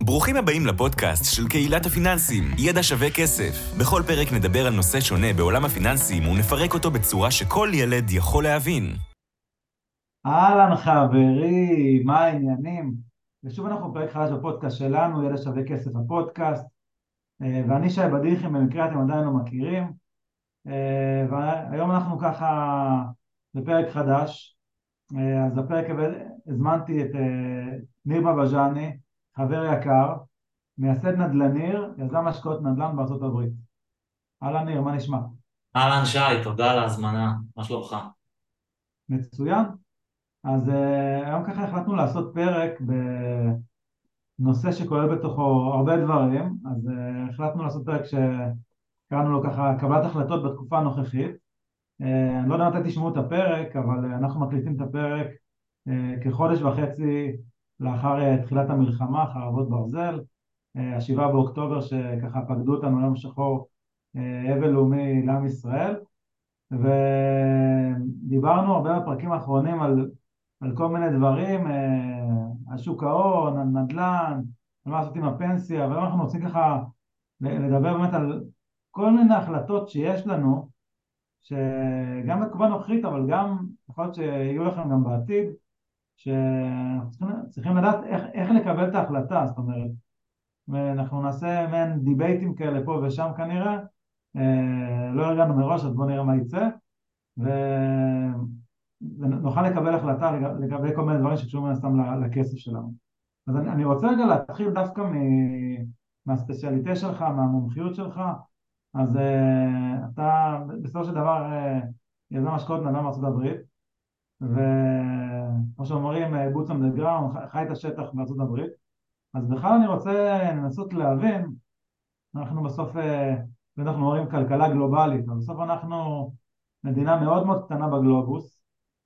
ברוכים הבאים לפודקאסט של קהילת הפיננסים, ידע שווה כסף. בכל פרק נדבר על נושא שונה בעולם הפיננסים ונפרק אותו בצורה שכל ילד יכול להבין. אהלן חברים, מה העניינים? ושוב אנחנו בפרק חדש בפודקאסט שלנו, ידע שווה כסף הפודקאסט, ואני שי בדיחי, במקרה אתם עדיין לא מכירים, והיום אנחנו ככה בפרק חדש. אז בפרק הזמנתי את ניר בבז'ני, חבר יקר, מייסד נדל"ניר, יזם השקעות נדל"ן בארצות הברית. אהלן ניר, מה נשמע? אהלן שי, תודה על ההזמנה, מה שלומך? מצוין. אז היום ככה החלטנו לעשות פרק בנושא שכולל בתוכו הרבה דברים, אז החלטנו לעשות פרק שקראנו לו ככה קבלת החלטות בתקופה הנוכחית. אני לא יודע מתי תשמעו את הפרק, אבל אנחנו מקליטים את הפרק כחודש וחצי לאחר תחילת המלחמה, חרבות ברזל, השבעה באוקטובר שככה פקדו אותנו יום שחור, אבל לאומי לעם ישראל, ודיברנו הרבה בפרקים האחרונים על כל מיני דברים, על שוק ההון, על נדל"ן, על מה לעשות עם הפנסיה, והיום אנחנו רוצים ככה לדבר באמת על כל מיני החלטות שיש לנו, שגם בתקופה נוכחית, אבל גם יכול להיות שיהיו לכם גם בעתיד, שאנחנו צריכים לדעת איך לקבל את ההחלטה. זאת אומרת, ואנחנו נעשה מעין דיבייטים כאלה פה ושם כנראה, לא הרגענו מראש, אז בואו נראה מה יצא, ונוכל לקבל החלטה לגבי כל מיני דברים שקשורים מן לכסף שלנו. אז אני רוצה רגע להתחיל דווקא מהספציאליטה שלך, מהמומחיות שלך. אז אתה בסופו של דבר יזם השקעות נדל"ן בארצות הברית, וכמו שאומרים, boots on the ground, חי את השטח בארצות הברית. אז בכלל אני רוצה לנסות להבין, אנחנו בסוף, אנחנו אומרים כלכלה גלובלית, אבל בסוף אנחנו מדינה מאוד מאוד קטנה בגלובוס,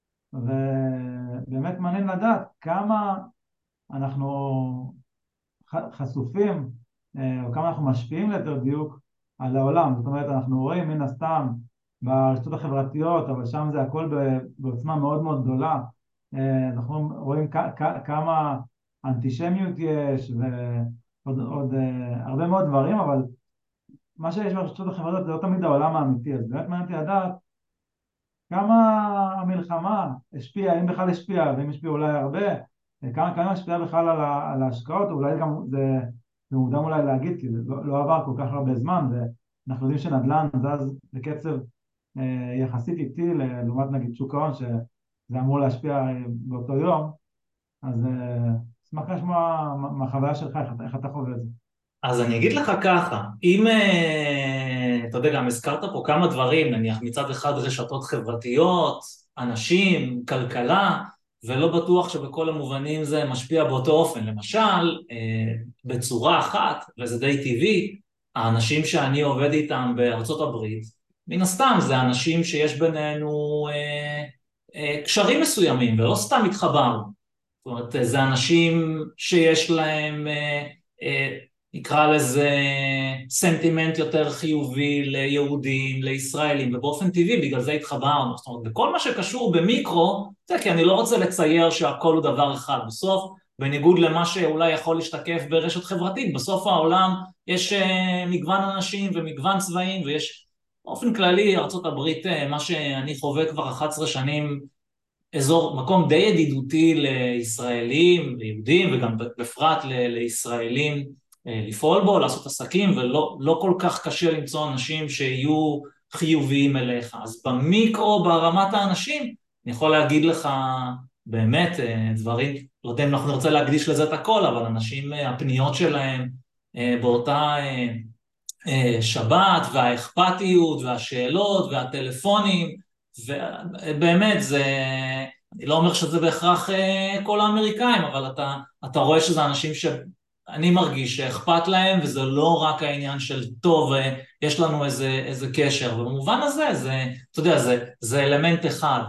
ובאמת מעניין לדעת כמה אנחנו חשופים, או כמה אנחנו משפיעים ליתר דיוק על העולם. זאת אומרת, אנחנו רואים מן הסתם ברשתות החברתיות, אבל שם זה הכל בעוצמה מאוד מאוד גדולה. אנחנו רואים כמה אנטישמיות יש, ועוד הרבה מאוד דברים, אבל מה שיש ברשתות החברתיות זה לא תמיד העולם האמיתי. אז באמת מעניין אותי לדעת כמה המלחמה השפיעה, אם בכלל השפיעה, ואם השפיעה אולי הרבה, כמה השפיעה בכלל על ההשקעות. אולי גם זה מוקדם אולי להגיד, כי זה לא עבר כל כך הרבה זמן, ואנחנו יודעים שנדל"ן זז בקצב יחסית איטי, לעומת נגיד שוק ההון, שזה אמור להשפיע באותו יום. אז אשמח לשמוע מהחוויה שלך, איך אתה חווה את זה. אז אני אגיד לך ככה, אם אתה יודע, גם הזכרת פה כמה דברים, נניח מצד אחד רשתות חברתיות, אנשים, כלכלה, ולא בטוח שבכל המובנים זה משפיע באותו אופן. למשל, בצורה אחת, וזה די טבעי, האנשים שאני עובד איתם בארצות הברית, מן הסתם זה אנשים שיש בינינו קשרים מסוימים, ולא סתם התחברנו. זאת אומרת, זה אנשים שיש להם, נקרא לזה, סנטימנט יותר חיובי ליהודים, לישראלים, ובאופן טבעי, בגלל זה התחברנו. זאת אומרת, בכל מה שקשור במיקרו, זה כי אני לא רוצה לצייר שהכל הוא דבר אחד. בסוף, בניגוד למה שאולי יכול להשתקף ברשת חברתית, בסוף העולם יש מגוון אנשים ומגוון צבעים, ויש באופן כללי, ארצות הברית, מה שאני חווה כבר 11 שנים, מקום די ידידותי לישראלים, ליהודים, וגם בפרט לישראלים לפעול בו, לעשות עסקים, ולא כל כך קשה למצוא אנשים שיהיו חיוביים אליך. אז במיקרו, ברמת האנשים, אני יכול להגיד לך באמת דברים, לא יודע אם אנחנו נרצה להקדיש לזה את הכל, אבל אנשים, הפניות שלהם באותה שבת, והאכפתיות, והשאלות, והטלפונים, ובאמת זה, אני לא אומר שזה בהכרח כל האמריקאים, אבל אתה רואה שזה אנשים שאני מרגיש שאכפת להם, וזה לא רק העניין של טוב, יש לנו איזה קשר, ובמובן הזה, אתה יודע, זה אלמנט אחד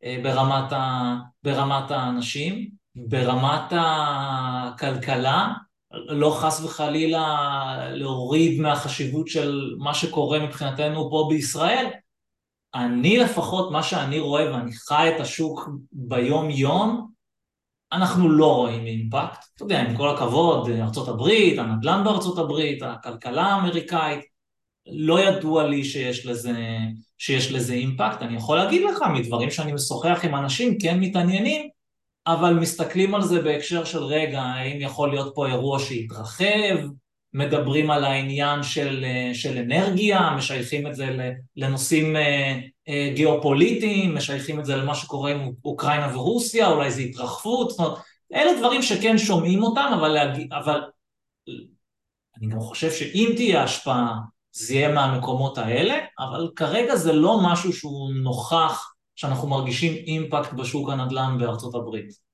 ברמת האנשים, ברמת הכלכלה, לא חס וחלילה להוריד מהחשיבות של מה שקורה מבחינתנו פה בישראל. אני לפחות, מה שאני רואה ואני חי את השוק ביום יום, אנחנו לא רואים אימפקט. אתה יודע, עם כל הכבוד, ארצות הברית, הנדל"ן בארצות הברית, הכלכלה האמריקאית, לא ידוע לי שיש לזה אימפקט. אני יכול להגיד לך, מדברים שאני משוחח עם אנשים, כן מתעניינים, אבל מסתכלים על זה בהקשר של רגע, האם יכול להיות פה אירוע שהתרחב, מדברים על העניין של אנרגיה, משייכים את זה לנושאים גיאופוליטיים, משייכים את זה למה שקורה עם אוקראינה ורוסיה, אולי זה התרחבות, זאת אומרת, אלה דברים שכן שומעים אותם, אבל אני גם חושב שאם תהיה השפעה, זה יהיה מהמקומות האלה, אבל כרגע זה לא משהו שהוא נוכח, שאנחנו מרגישים אימפקט בשוק הנדל"ן בארצות הברית.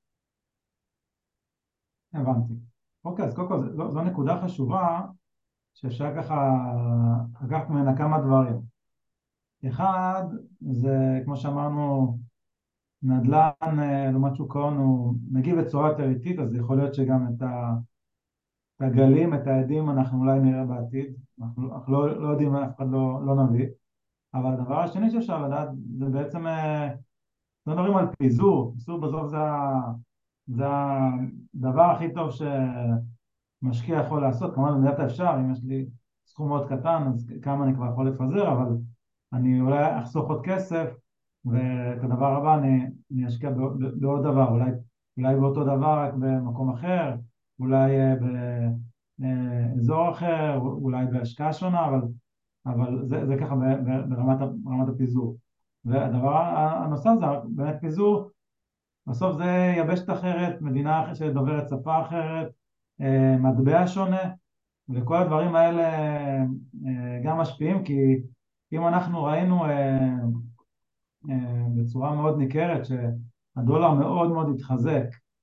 הבנתי. אוקיי, אז קודם כל זו נקודה חשובה שאפשר ככה לקחת ממנה כמה דברים. אחד, זה כמו שאמרנו, נדל"ן לעומת שוק ההון הוא מגיב בצורה יותר איטית, אז יכול להיות שגם את הגלים, את העדים אנחנו אולי נראה בעתיד, אנחנו לא יודעים, אף אחד לא נביא, אבל הדבר השני שאפשר לדעת זה בעצם, לא מדברים על פיזור, פיזור בסוף זה הדבר הכי טוב שמשקיע יכול לעשות, כמובן במידת האפשר, אם יש לי סכום מאוד קטן, אז כמה אני כבר יכול לפזר, אבל אני אולי אחסוך עוד כסף, ואת הדבר הבא אני אשקיע בעוד דבר, אולי באותו דבר רק במקום אחר, אולי באזור אחר, אולי בהשקעה שונה, אבל זה ככה ברמת הפיזור. והדבר הנוסף זה באמת פיזור, בסוף זה יבשת אחרת, מדינה אחרת שדוברת שפה אחרת, מטבע שונה, וכל הדברים האלה גם משפיעים, כי אם אנחנו ראינו בצורה מאוד ניכרת שהדולר מאוד מאוד התחזק,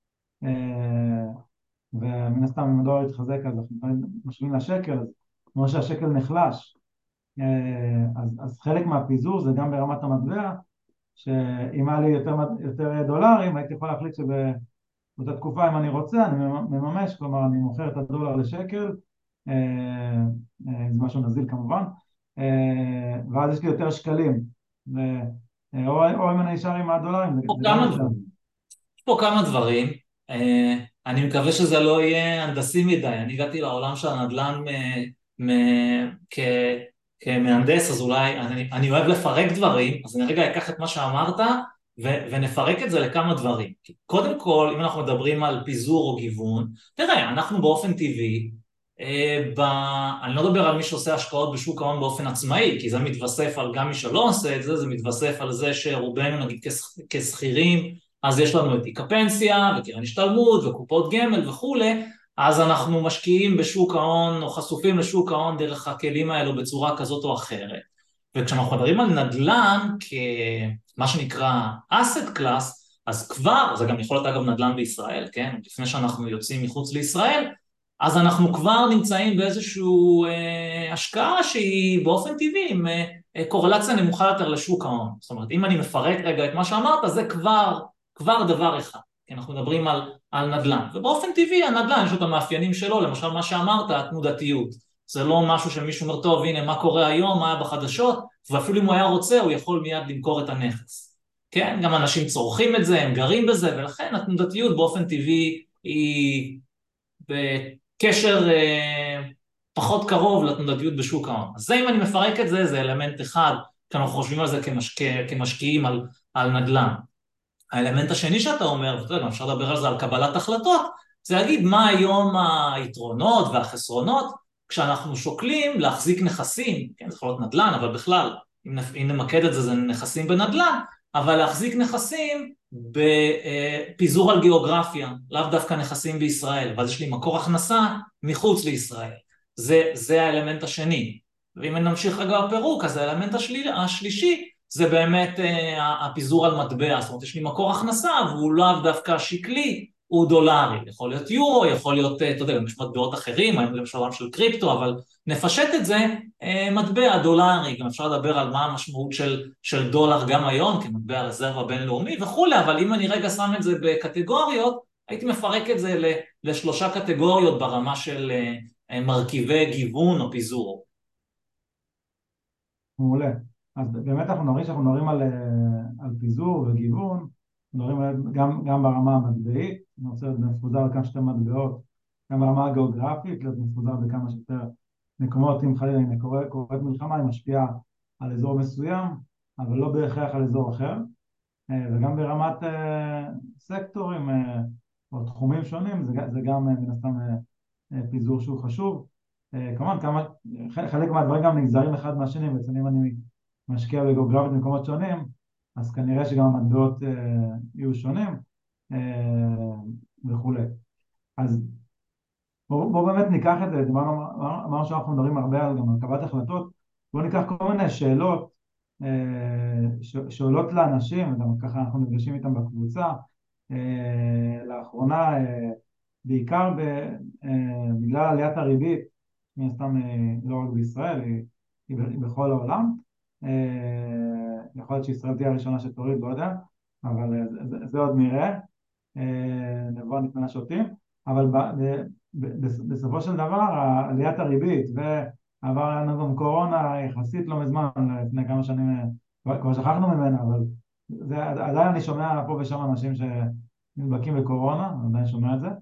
ומן הסתם אם הדולר התחזק אז אנחנו משווים לשקל, אז כמו שהשקל נחלש, אז חלק מהפיזור זה גם ברמת המטבע, שאם היה לי יותר דולרים, הייתי יכול להחליט שבאותה תקופה אם אני רוצה, אני מממש, כלומר אני מוכר את הדולר לשקל, זה משהו נזיל כמובן, ואז יש לי יותר שקלים, או אם אני נשאר עם הדולרים, זה גם בסדר. יש פה כמה דברים, אני מקווה שזה לא יהיה הנדסי מדי, אני הגעתי לעולם של הנדל"ן כמהנדס, אז אולי אני אוהב לפרק דברים, אז אני רגע אקח את מה שאמרת ונפרק את זה לכמה דברים. קודם כל, אם אנחנו מדברים על פיזור או גיוון, תראה, אנחנו באופן טבעי, אני לא מדבר על מי שעושה השקעות בשוק ההון באופן עצמאי, כי זה מתווסף על גם מי שלא עושה את זה, זה מתווסף על זה שרובנו נגיד כשכירים, אז יש לנו את תיק הפנסיה וקרן השתלמות וקופות גמל וכולי, אז אנחנו משקיעים בשוק ההון או חשופים לשוק ההון דרך הכלים האלו בצורה כזאת או אחרת. וכשאנחנו מדברים על נדל"ן כמה שנקרא asset class, אז כבר, זה גם יכול להיות אגב נדל"ן בישראל, כן? לפני שאנחנו יוצאים מחוץ לישראל, אז אנחנו כבר נמצאים באיזושהי השקעה שהיא באופן טבעי עם קורלציה נמוכה יותר לשוק ההון. זאת אומרת, אם אני מפרק רגע את מה שאמרת, זה כבר דבר אחד, כי אנחנו מדברים על נדל"ן. ובאופן טבעי הנדל"ן יש לו את המאפיינים שלו, למשל מה שאמרת, התנודתיות. זה לא משהו שמישהו אומר, טוב, הנה מה קורה היום, מה היה בחדשות, ואפילו אם הוא היה רוצה, הוא יכול מיד למכור את הנכס. כן? גם אנשים צורכים את זה, הם גרים בזה, ולכן התנודתיות באופן טבעי היא בקשר פחות קרוב לתנודתיות בשוק ההון. אז זה אם אני מפרק את זה, זה אלמנט אחד, כשאנחנו חושבים על זה כמשקיעים על נדל"ן. האלמנט השני שאתה אומר, ואתה יודע, אפשר לדבר על זה על קבלת החלטות, זה להגיד מה היום היתרונות והחסרונות, כשאנחנו שוקלים להחזיק נכסים, כן, זה יכול להיות נדל"ן, אבל בכלל, אם נמקד את זה, זה נכסים בנדל"ן, אבל להחזיק נכסים בפיזור על גיאוגרפיה, לאו דווקא נכסים בישראל, ואז יש לי מקור הכנסה מחוץ לישראל. זה האלמנט השני. ואם נמשיך רגע בפירוק, אז האלמנט השלישי, זה באמת הפיזור על מטבע, זאת אומרת, יש לי מקור הכנסה, והוא לאו דווקא שקלי, הוא דולרי, יכול להיות יורו, יכול להיות, אתה יודע, יש מטבעות אחרים, היום למשל עולם של קריפטו, אבל נפשט את זה, מטבע דולרי, גם אפשר לדבר על מה המשמעות של דולר גם היום, כמטבע רזרבה בינלאומי וכולי, אבל אם אני רגע שם את זה בקטגוריות, הייתי מפרק את זה לשלושה קטגוריות ברמה של מרכיבי גיוון או פיזור. מעולה. אז באמת אנחנו נראה שאנחנו מדברים על פיזור וגיוון, מדברים גם ברמה המטבעית, אני רוצה להיות מפוזר על כמה שיותר מטבעות, גם ברמה הגיאוגרפית, להיות מפוזר בכמה שיותר מקומות, אם חלילה הנה קורית מלחמה, היא משפיעה על אזור מסוים, אבל לא בהכרח על אזור אחר, וגם ברמת סקטורים או תחומים שונים, זה גם מן הסתם פיזור שהוא חשוב. כמובן, חלק מהדברים גם נגזרים אחד מהשני, בעצם אם אני משקיע בגיאוגרפית במקומות שונים, אז כנראה שגם המטבעות יהיו שונים וכו'. אז בואו באמת ניקח את זה, אמרנו שאנחנו מדברים הרבה על גם על קבלת החלטות, בואו ניקח כל מיני שאלות שעולות לאנשים, וגם ככה אנחנו נפגשים איתם בקבוצה, לאחרונה, בעיקר בגלל עליית הריבית, מן הסתם לא רק בישראל, היא בכל העולם, יכול להיות שישראל תהיה הראשונה שתוריד, לא יודע, אבל זה עוד נראה, נבוא נתמנה שוטים, אבל בסופו של דבר עליית הריבית ועבר לנו גם קורונה יחסית לא מזמן, לפני כמה שנים כבר שכחנו ממנה, אבל עדיין אני שומע פה ושם אנשים שנדבקים בקורונה, אני עדיין שומע את זה,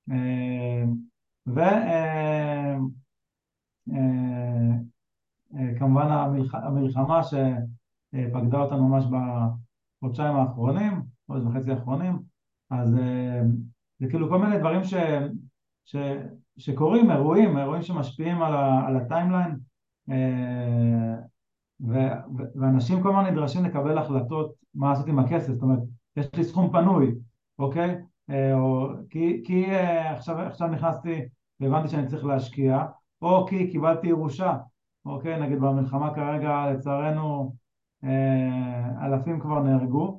וכמובן המלחמה שפקדה אותנו ממש בחודשיים האחרונים, חודש וחצי האחרונים, אז זה כאילו כל מיני דברים שקורים, אירועים שמשפיעים על הטיימליין, ואנשים כל הזמן נדרשים לקבל החלטות מה לעשות עם הכסף, זאת אומרת, יש לי סכום פנוי, אוקיי? כי עכשיו נכנסתי והבנתי שאני צריך להשקיע, או כי קיבלתי ירושה, אוקיי? נגיד במלחמה כרגע לצערנו אלפים כבר נהרגו,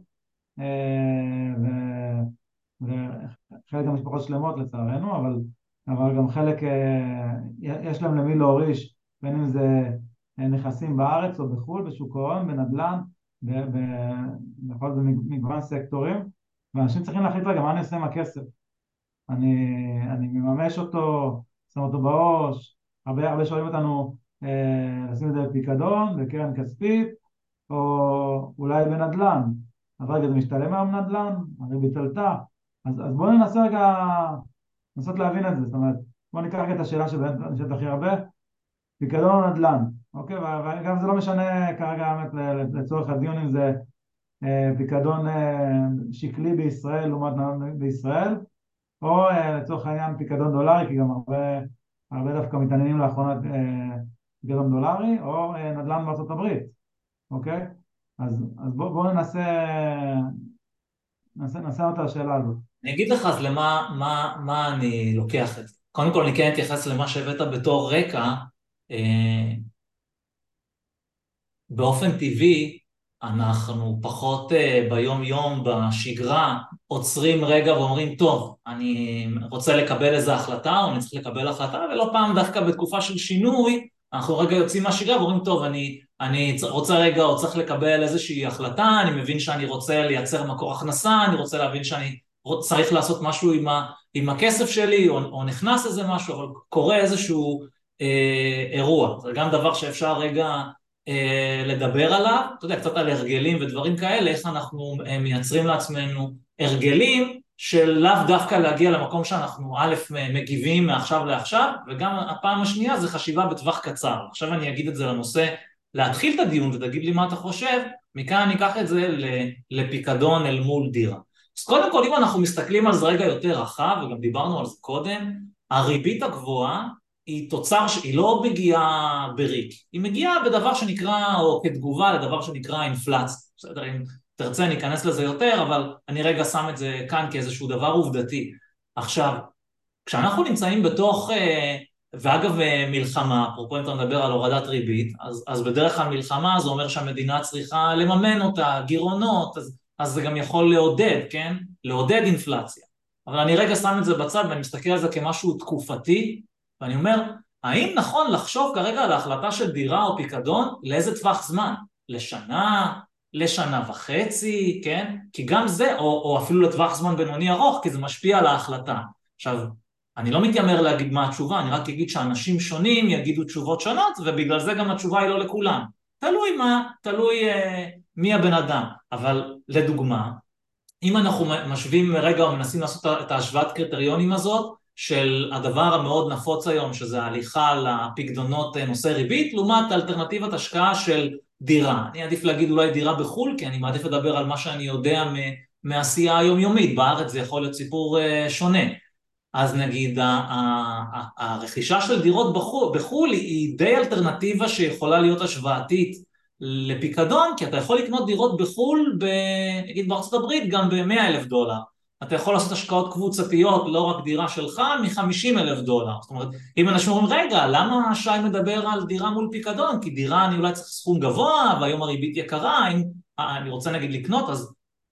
וחלק המשפחות שלמות לצערנו, אבל גם חלק יש להם למי להוריש, בין אם זה נכסים בארץ או בחו"ל, בשוק ההון, בנדל"ן, בכל זה מגוון סקטורים, ואנשים צריכים להחליט רגע מה אני עושה עם הכסף. אני מממש אותו, שם אותו בעו"ש, הרבה שואלים אותנו לשים את זה בפיקדון, בקרן כספית, או אולי בנדל"ן. אז רגע, זה משתלם היום נדל"ן, הריבית עלתה, אז בואו ננסה רגע, לנסות להבין את זה, זאת אומרת, בואו ניקח את השאלה שבאמת נשאלת הכי הרבה, פיקדון או נדל"ן, אוקיי? וגם זה לא משנה כרגע באמת לצורך הדיון אם זה פיקדון שקלי בישראל לעומת נדל"ן בישראל, או לצורך העניין פיקדון דולרי, כי גם הרבה דווקא מתעניינים לאחרונה פיקדון דולרי, או נדל"ן בארצות הברית, אוקיי? אז בואו ננסה אותה השאלה הזאת. אני אגיד לך אז מה אני לוקח את זה. קודם כל אני כן אתייחס למה שהבאת בתור רקע, באופן טבעי אנחנו פחות ביום יום בשגרה עוצרים רגע ואומרים טוב, אני רוצה לקבל איזו החלטה או אני צריך לקבל החלטה, ולא פעם דווקא בתקופה של שינוי אנחנו רגע יוצאים מהשגרה ואומרים טוב, אני רוצה רגע או צריך לקבל איזושהי החלטה, אני מבין שאני רוצה לייצר מקור הכנסה, אני רוצה להבין שאני צריך לעשות משהו עם הכסף שלי או נכנס איזה משהו, אבל קורה איזשהו אירוע, זה גם דבר שאפשר רגע לדבר עליו, אתה יודע, קצת על הרגלים ודברים כאלה, איך אנחנו מייצרים לעצמנו הרגלים של לאו דווקא להגיע למקום שאנחנו א' מגיבים מעכשיו לעכשיו, וגם הפעם השנייה זה חשיבה בטווח קצר. עכשיו אני אגיד את זה לנושא, להתחיל את הדיון ותגיד לי מה אתה חושב, מכאן אני אקח את זה לפיקדון אל מול דירה. אז קודם כל אם אנחנו מסתכלים על זה רגע יותר רחב, וגם דיברנו על זה קודם, הריבית הגבוהה היא תוצר שהיא לא מגיעה בריק, היא מגיעה בדבר שנקרא, או כתגובה לדבר שנקרא אינפלציה. בסדר, אם תרצה אני אכנס לזה יותר, אבל אני רגע שם את זה כאן כאיזשהו דבר עובדתי. עכשיו, כשאנחנו נמצאים בתוך, ואגב מלחמה, אפרופו אם אתה מדבר על הורדת ריבית, אז בדרך כלל מלחמה זה אומר שהמדינה צריכה לממן אותה, גירעונות, אז זה גם יכול לעודד, כן? לעודד אינפלציה. אבל אני רגע שם את זה בצד ואני מסתכל על זה כמשהו תקופתי, ואני אומר, האם נכון לחשוב כרגע על ההחלטה של דירה או פיקדון, לאיזה טווח זמן? לשנה, לשנה וחצי, כן? כי גם זה, או אפילו לטווח זמן בינוני ארוך, כי זה משפיע על ההחלטה. עכשיו, אני לא מתיימר להגיד מה התשובה, אני רק אגיד שאנשים שונים יגידו תשובות שונות, ובגלל זה גם התשובה היא לא לכולם. תלוי מי הבן אדם. אבל לדוגמה, אם אנחנו משווים רגע או מנסים לעשות את ההשוואת קריטריונים הזאת, של הדבר המאוד נפוץ היום, שזה ההליכה לפקדונות נושא ריבית, לעומת אלטרנטיבת השקעה של דירה. אני עדיף להגיד אולי דירה בחול, כי אני מעדיף לדבר על מה שאני יודע מעשייה היומיומית. בארץ זה יכול להיות סיפור שונה. אז נגיד הרכישה של דירות בחול היא די אלטרנטיבה שיכולה להיות השוואתית לפיקדון, כי אתה יכול לקנות דירות בחול, נגיד בארצות הברית, גם ב$100,000. אתה יכול לעשות השקעות קבוצתיות, לא רק דירה שלך, $50,000. זאת אומרת, אם אנשים אומרים, רגע, למה שי מדבר על דירה מול פיקדון? כי דירה אני אולי צריך סכום גבוה, והיום הריבית יקרה, אם אני רוצה נגיד לקנות, אז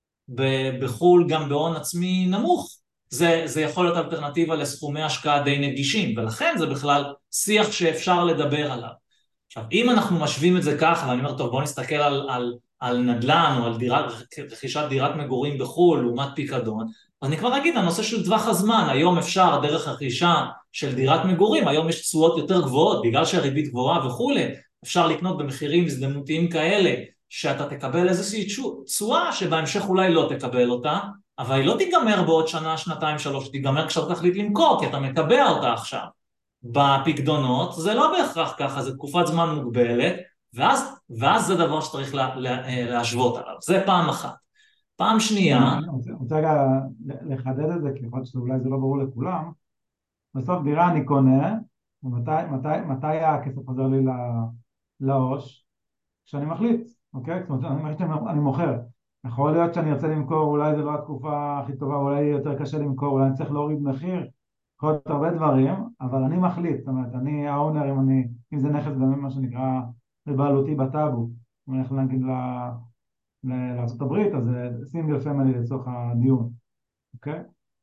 בחול גם בהון עצמי נמוך, זה יכול להיות אלטרנטיבה לסכומי השקעה די נגישים, ולכן זה בכלל שיח שאפשר לדבר עליו. עכשיו, אם אנחנו משווים את זה ככה, ואני אומר, טוב, בואו נסתכל על נדל"ן או על רכישת דירת מגורים בחול לעומת פיקדון, אז אני כבר אגיד, הנושא של טווח הזמן, היום אפשר דרך רכישה של דירת מגורים, היום יש תשואות יותר גבוהות, בגלל שהריבית גבוהה וכולי, אפשר לקנות במחירים הזדמנותיים כאלה, שאתה תקבל איזושהי תשואה שבהמשך אולי לא תקבל אותה, אבל היא לא תיגמר בעוד שנה, שנתיים, שלוש, תיגמר כשאתה תחליט למכור, כי אתה מקבע אותה עכשיו. בפקדונות זה לא בהכרח ככה, זה תקופת זמן מוגבלת, ואז זה דבר שצריך להשוות עליו. זה פעם אחת. פעם שנייה... אני רוצה רגע לחדד את זה, כי יכול להיות שאולי זה לא ברור לכולם. בסוף דירה אני קונה, ומתי הכסף חוזר לי לעו"ש? כשאני מחליט, אוקיי? זאת אומרת, אני מוכר. יכול להיות שאני ארצה למכור, אולי זה לא התקופה הכי טובה, אולי יותר קשה למכור, אולי אני צריך להוריד מחיר, יכול להיות הרבה דברים, אבל אני מחליט, זאת אומרת, אני האונר, אם זה נכס באמת מה שנקרא בבעלותי בטאבו, אם אני יכול להגיד לארצות הברית, אז זה סינגל פמילי לצורך הדיון, אוקיי?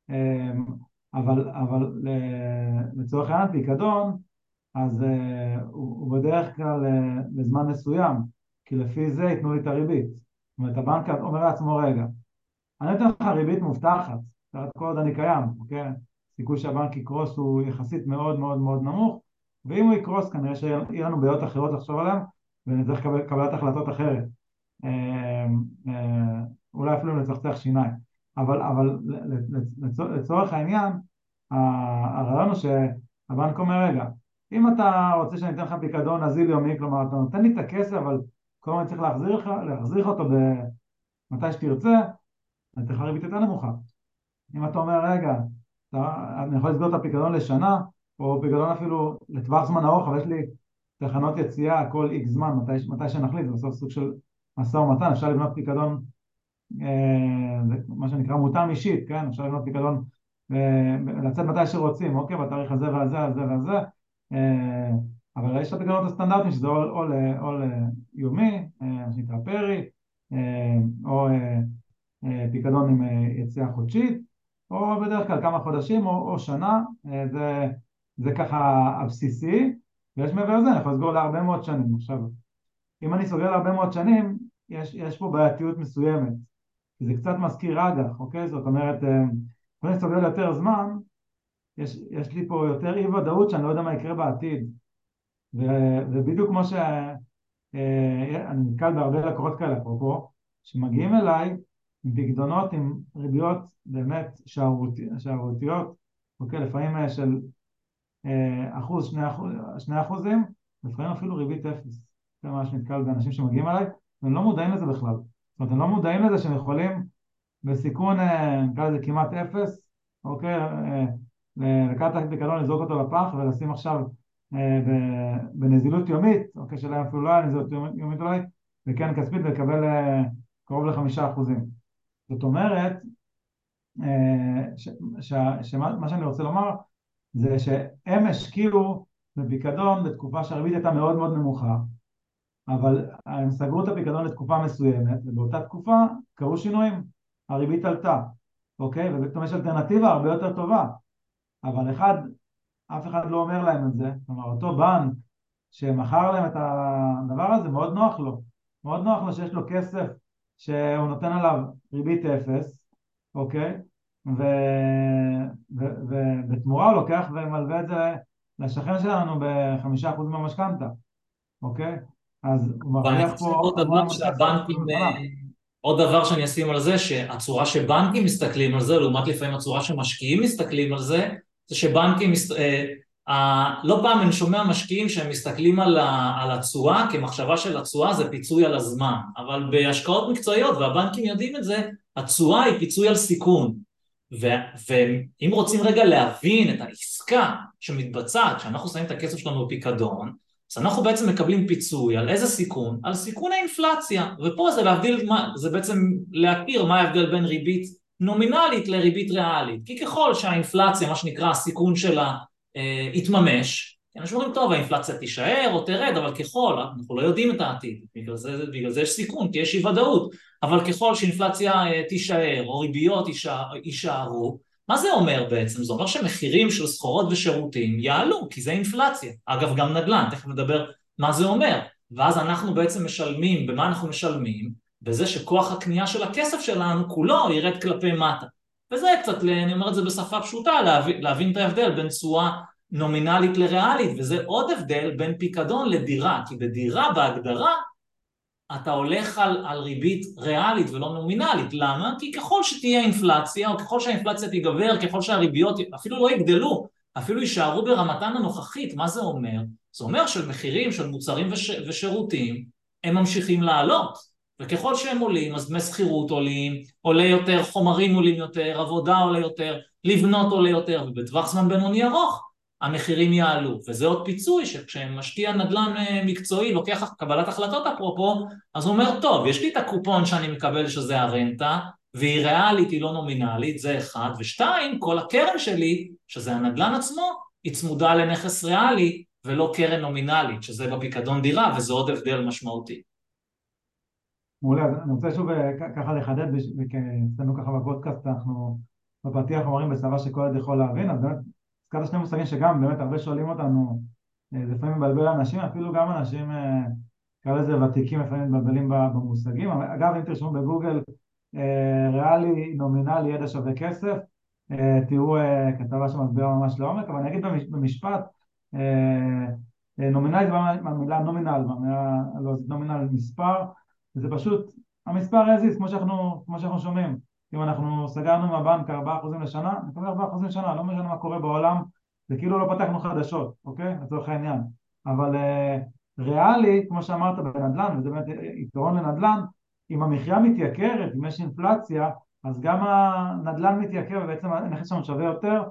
אבל לצורך העניין פיקדון, אז הוא בדרך כלל לזמן מסוים, כי לפי זה ייתנו לי את הריבית. זאת אומרת, הבנק אומר לעצמו, רגע, אני נותן לך ריבית מובטחת, כל עוד אני קיים, אוקיי? סיכוי שהבנק יקרוס הוא יחסית מאוד מאוד מאוד נמוך, ואם הוא יקרוס כנראה שיהיה לנו בעיות אחרות לחשוב עליהם, ונצטרך קבלת החלטות אחרת. אולי אפילו לצחצח שיניים. אבל לצורך העניין, הרעיון הוא שהבנק אומר, רגע, אם אתה רוצה שאני אתן לך פיקדון נזיל יומי, כלומר, אתה נותן לי את הכסף, אבל כל הזמן צריך להחזיר אותו מתי שתרצה, אני אתן לך ריבית יותר נמוכה. אם אתה אומר, רגע, אני יכול לסגור את הפיקדון לשנה, או פיקדון אפילו לטווח זמן ארוך, אבל יש לי תחנות יציאה כל איקס זמן, מתי שנחליט, זה בסוף סוג של משא ומתן, אפשר לבנות פיקדון, מה שנקרא מותאם אישית, כן? אפשר לבנות פיקדון, לצאת מתי שרוצים, אוקיי, בתאריך הזה והזה, הזה והזה, אבל יש את הפיקדונות הסטנדרטיים, שזה או ליומי, מה שנקרא פרי, או פיקדון עם יציאה חודשית, או בדרך כלל כמה חודשים או שנה, זה ככה הבסיסי, ויש מעבר לזה, אני יכול לסגור להרבה מאוד שנים. עכשיו, אם אני סוגר להרבה מאוד שנים, יש פה בעייתיות מסוימת, כי זה קצת מזכיר אג"ח, אוקיי? זאת אומרת, אם אני סוגר ליותר זמן, יש לי פה יותר אי ודאות שאני לא יודע מה יקרה בעתיד, ובדיוק כמו שאני נתקל בהרבה לקוחות כאלה, אפרופו, שמגיעים אליי עם פקדונות עם ריביות באמת שערורייתיות, אוקיי, לפעמים של 1%, 2%, לפעמים אפילו ריבית 0. זה מה שנתקל באנשים שמגיעים אליי, והם לא מודעים לזה בכלל. זאת אומרת, הם לא מודעים לזה שהם יכולים בסיכון, נקרא לזה כמעט 0, אוקיי, לקחת את הפיקדון, לזרוק אותו לפח ולשים עכשיו בנזילות יומית, אוקיי, שלהם אפילו לא היה נזילות יומית אולי, וכן כספית ולקבל קרוב ל5%. זאת אומרת, שמה שאני רוצה לומר, זה שהם השקיעו בפיקדון בתקופה שהריבית הייתה מאוד מאוד נמוכה, אבל הם סגרו את הפיקדון לתקופה מסוימת, ובאותה תקופה קרו שינויים, הריבית עלתה, אוקיי? ובפתאום יש אלטרנטיבה הרבה יותר טובה, אבל אף אחד לא אומר להם את זה. כלומר, אותו בנק שמכר להם את הדבר הזה, מאוד נוח לו. מאוד נוח לו שיש לו כסף שהוא נותן עליו ריבית 0, אוקיי? ובתמורה הוא לוקח ומלווה את זה לשכן שלנו ב5% מהמשכנתה, אוקיי? אז הוא מרוויח פה... עוד דבר שהבנקים עוד דבר שאני אשים על זה, שהצורה שבנקים מסתכלים על זה, לעומת לפעמים הצורה שמשקיעים מסתכלים על זה, זה שבנקים, לא פעם אני שומע משקיעים שהם מסתכלים על הצורה, כמחשבה של הצורה זה פיצוי על הזמן, אבל בהשקעות מקצועיות, והבנקים יודעים את זה, הצורה היא פיצוי על סיכון. ואם רוצים רגע להבין את העסקה שמתבצעת, כשאנחנו שמים את הכסף שלנו בפיקדון, אז אנחנו בעצם מקבלים פיצוי על איזה סיכון? על סיכון האינפלציה, ופה זה להבדיל, זה בעצם להכיר מה ההבדל בין ריבית נומינלית לריבית ריאלית, כי ככל שהאינפלציה, מה שנקרא הסיכון שלה, יתממש, אנשים אומרים טוב האינפלציה תישאר או תרד, אבל ככל, אנחנו לא יודעים את העתיד, בגלל זה יש סיכון, כי יש אי ודאות, אבל ככל שאינפלציה תישאר או ריביות יישארו, מה זה אומר בעצם? זה אומר שמחירים של סחורות ושירותים יעלו, כי זה אינפלציה. אגב, גם נדל"ן, תכף נדבר מה זה אומר. ואז אנחנו בעצם משלמים, במה אנחנו משלמים? בזה שכוח הקנייה של הכסף שלנו כולו ירד כלפי מטה. וזה קצת, אני אומר את זה בשפה פשוטה, להבין את ההבדל בין תשואה נומינלית לריאלית, וזה עוד הבדל בין פיקדון לדירה, כי בדירה בהגדרה, אתה הולך על ריבית ריאלית ולא נומינלית. למה? כי ככל שתהיה אינפלציה, או ככל שהאינפלציה תיגבר, ככל שהריביות אפילו לא יגדלו, אפילו יישארו ברמתן הנוכחית, מה זה אומר? זה אומר של מחירים של מוצרים ושירותים, הם ממשיכים לעלות. וככל שהם עולים, אז דמי שכירות עולים, עולה יותר, חומרים עולים יותר, עבודה עולה יותר, לבנות עולה יותר, ובטווח זמן בינוני ארוך, המחירים יעלו, וזה עוד פיצוי שכשמשקיע נדל"ן מקצועי לוקח קבלת החלטות אפרופו, אז הוא אומר טוב, יש לי את הקופון שאני מקבל שזה הרנטה, והיא ריאלית, היא לא נומינלית, זה אחד, ושתיים, כל הקרן שלי, שזה הנדל"ן עצמו, היא צמודה לנכס ריאלי, ולא קרן נומינלית, שזה בפיקדון דירה, וזה עוד הבדל משמעותי. מעולה, אז אני רוצה שוב ככה לחדד, וכאצלנו ככה בפודקאסט אנחנו בפתיח אומרים בשפה שכל אחד יכול להבין, אז באמת הזכרת שני מושגים שגם באמת הרבה שואלים אותנו, זה לפעמים מבלבל אנשים, אפילו גם אנשים, קרא לזה ותיקים, לפעמים מבלבלים במושגים. אגב, אם תרשמו בגוגל ריאלי, נומינלי, ידע שווה כסף, תראו כתבה שמסבירה ממש לעומק, אבל אני אגיד במשפט, נומינלי זה מהמילה נומינל, לא, זה נומינל מספר, זה פשוט המספר הזיז, כמו שאנחנו שומעים. אם אנחנו סגרנו עם הבנק 4% לשנה, נקבל 4% לשנה, לא משנה מה קורה בעולם, זה כאילו לא פתחנו חדשות, אוקיי? לצורך העניין. אבל ריאלי, כמו שאמרת בנדל"ן, וזה באמת יתרון לנדל"ן, אם המחיה מתייקרת, אם יש אינפלציה, אז גם הנדל"ן מתייקר, ובעצם הנכס שלנו שווה יותר,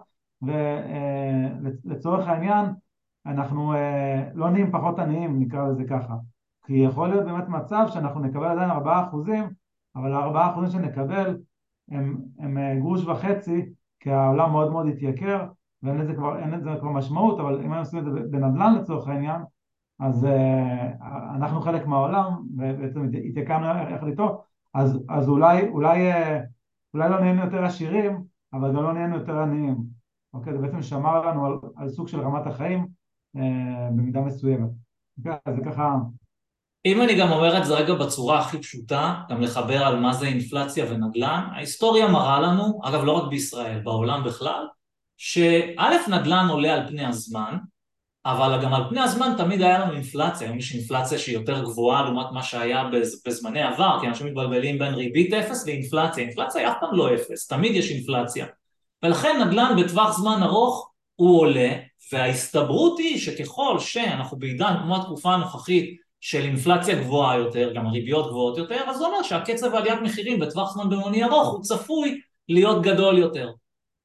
ולצורך העניין, אנחנו לא נהיים פחות עניים, נקרא לזה ככה. כי יכול להיות באמת מצב שאנחנו נקבל עדיין 4%, אבל ה4% שנקבל הם גרוש וחצי, כי העולם מאוד מאוד התייקר, ואין לזה כבר משמעות, אבל אם אני עושים את זה בנדל"ן לצורך העניין, אז אנחנו חלק מהעולם, ובעצם התייקרנו יחד איתו, אז אולי לא נהיינו יותר עשירים, אבל גם לא נהיינו יותר עניים. אוקיי, זה בעצם שמר לנו על סוג של רמת החיים, במידה מסוימת. אוקיי, אז זה ככה... אם אני גם אומר את זה רגע בצורה הכי פשוטה, גם לחבר על מה זה אינפלציה ונדל"ן, ההיסטוריה מראה לנו, אגב לא רק בישראל, בעולם בכלל, שא' נדל"ן עולה על פני הזמן, אבל גם על פני הזמן תמיד היה לנו אינפלציה, היום יש אינפלציה שהיא יותר גבוהה לעומת מה שהיה בזמני עבר, כי אנשים מתבלבלים בין ריבית אפס לאינפלציה, אינפלציה היא אף פעם לא אפס, תמיד יש אינפלציה, ולכן נדל"ן בטווח זמן ארוך הוא עולה, וההסתברות היא שככל שאנחנו בעידן כמו התקופה הנוכחית של אינפלציה גבוהה יותר, גם הריביות גבוהות יותר, אז זה אומר שהקצב עליית מחירים בטווח זמן בינוני ארוך הוא צפוי להיות גדול יותר.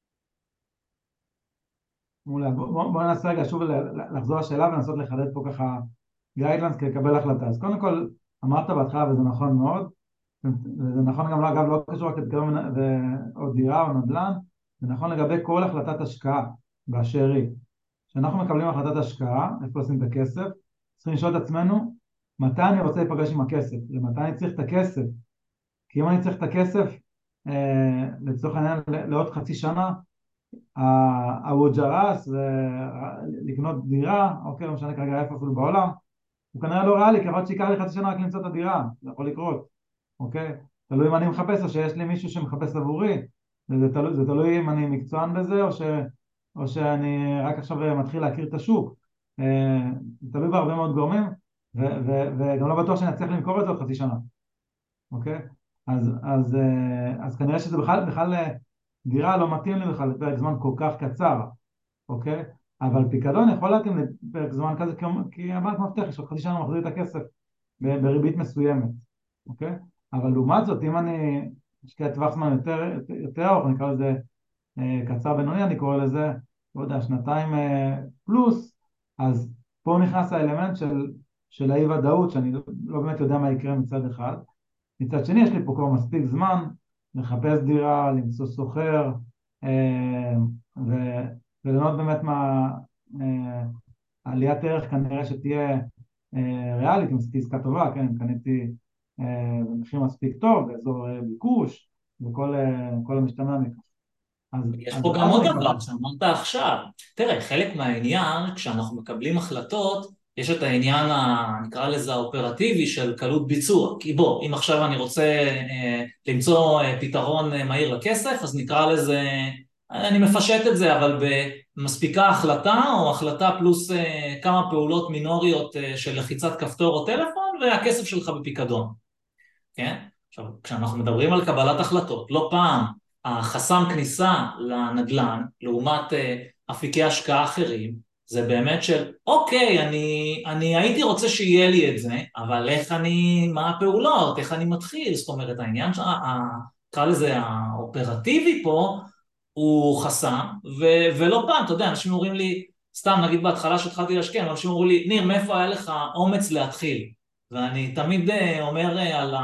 מעולה, בוא ננסה רגע שוב לחזור לשאלה ולנסות לחדד פה ככה גיידלנס כדי לקבל החלטה. אז קודם כל, אמרת בהתחלה וזה נכון מאוד, וזה נכון גם אגב לא קשור רק לפיקדון או דירה או נדל"ן, זה נכון לגבי כל החלטת השקעה באשר היא. כשאנחנו מקבלים החלטת השקעה, איפה עושים את הכסף, צריכים לשאול את עצמנו, מתי אני רוצה להיפגש עם הכסף? למתי אני צריך את הכסף? כי אם אני צריך את הכסף, לצורך העניין לעוד חצי שנה, הווג'רס, לקנות דירה, אוקיי, לא משנה כרגע איפה אפילו בעולם, הוא כנראה לא ריאלי, כי יכול להיות שיקח לי חצי שנה רק למצוא את הדירה, זה יכול לקרות, אוקיי? תלוי אם אני מחפש או שיש לי מישהו שמחפש עבורי, זה תלוי אם אני מקצוען בזה או שאני רק עכשיו מתחיל להכיר את השוק, זה תלוי בהרבה מאוד גורמים, וגם לא בטוח שאני אצליח למכור את זה עוד חצי שנה, אוקיי? אז כנראה שזה בכלל דירה לא מתאים לי בכלל לפרק זמן כל כך קצר, אוקיי? אבל פיקדון יכול להתאים לפרק זמן כזה, כי הבנק מבטיח, יש עוד חצי שנה מחזיר את הכסף בריבית מסוימת, אוקיי? אבל לעומת זאת, אם אני משקיע טווח זמן יותר ארוך, נקרא לזה קצר בינוני, אני קורא לזה, לא יודע, שנתיים פלוס, אז פה נכנס האלמנט של האי-ודאות, שאני לא באמת יודע מה יקרה מצד אחד. מצד שני, יש לי פה כבר מספיק זמן לחפש דירה, למצוא סוחר, וליהנות באמת עליית ערך כנראה שתהיה ריאלית, אם עשיתי עסקה טובה, כן, אם קניתי במחיר מספיק טוב, באזור ביקוש, וכל המשתמע מכך. יש פה גם עוד דבר שאמרת עכשיו. תראה, חלק מהעניין, כשאנחנו מקבלים החלטות, יש את העניין, נקרא לזה האופרטיבי של קלות ביצוע. כי בוא, אם עכשיו אני רוצה למצוא פתרון מהיר לכסף, אז נקרא לזה, אני מפשט את זה, אבל במספיקה החלטה, או החלטה פלוס כמה פעולות מינוריות של לחיצת כפתור או טלפון, והכסף שלך בפיקדון. כן? עכשיו, כשאנחנו מדברים על קבלת החלטות, לא פעם, החסם כניסה לנדל"ן, לעומת אפיקי השקעה אחרים, זה באמת של, אוקיי, אני הייתי רוצה שיהיה לי את זה, אבל מה הפעולות, איך אני מתחיל, זאת אומרת, העניין, נקרא לזה, האופרטיבי פה, הוא חסם, ולא פעם, אתה יודע, אנשים אומרים לי, סתם נגיד בהתחלה שהתחלתי להשקיע, אנשים אומרים לי, ניר, מאיפה היה לך אומץ להתחיל? ואני תמיד אומר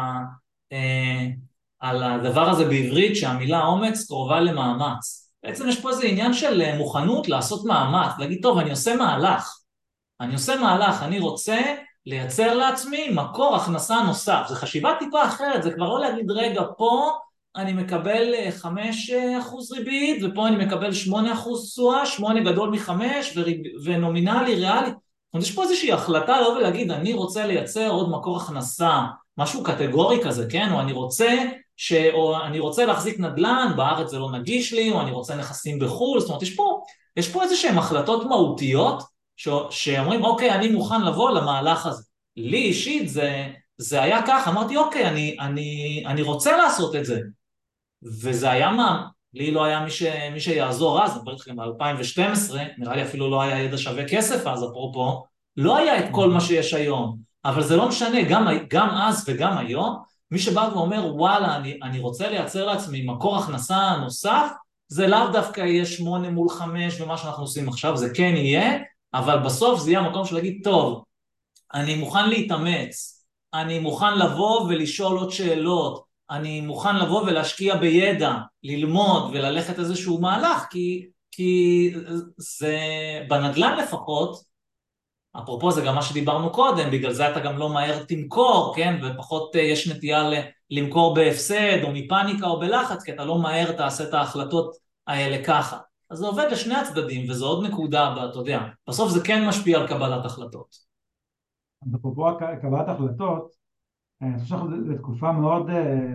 על הדבר הזה בעברית, שהמילה אומץ קרובה למאמץ. בעצם יש פה איזה עניין של מוכנות לעשות מאמץ, להגיד, טוב, אני עושה מהלך, אני רוצה לייצר לעצמי מקור הכנסה נוסף. זה חשיבה טיפה אחרת, זה כבר לא להגיד, רגע, פה אני מקבל 5% ריבית, ופה אני מקבל 8% תשואה, 8 גדול מ-5, ונומינלי, ריאלי. יש פה איזושהי החלטה לא ולהגיד, אני רוצה לייצר עוד מקור הכנסה, משהו קטגורי כזה, כן? או אני רוצה להחזיק נדל"ן, בארץ זה לא נגיש לי, או אני רוצה נכסים בחו"ל, זאת אומרת, יש פה איזושהי החלטות מהותיות, שאומרים, אוקיי, אני מוכן לבוא למהלך הזה. לי אישית זה היה כך, אמרתי, אוקיי, אני רוצה לעשות את זה. וזה היה לי לא היה מי שיעזור אז, אני מדבר לכם ב-2012, נראה לי אפילו לא היה ידע שווה כסף אז, אפרופו, לא היה את כל מה שיש היום, אבל זה לא משנה, גם אז וגם היום, מי שבא ואומר, וואלה, אני רוצה לייצר לעצמי מקור הכנסה נוסף, זה לאו דווקא יהיה 8 מול 5 ומה שאנחנו עושים עכשיו, זה כן יהיה, אבל בסוף זה יהיה המקום של להגיד, טוב, אני מוכן להתאמץ, אני מוכן לבוא ולשאול עוד שאלות, אני מוכן לבוא ולהשקיע בידע, ללמוד וללכת איזשהו מהלך, כי זה בנדל"ן לפחות, אפרופו זה גם מה שדיברנו קודם, בגלל זה אתה גם לא מהר תמכור, כן? ופחות יש נטייה למכור בהפסד או מפניקה או בלחץ, כי אתה לא מהר תעשה את ההחלטות האלה ככה. אז זה עובד לשני הצדדים, וזו עוד נקודה, אתה יודע, בסוף זה כן משפיע על קבלת החלטות. אפרופו קבלת החלטות, אני חושב שאנחנו לתקופה מאוד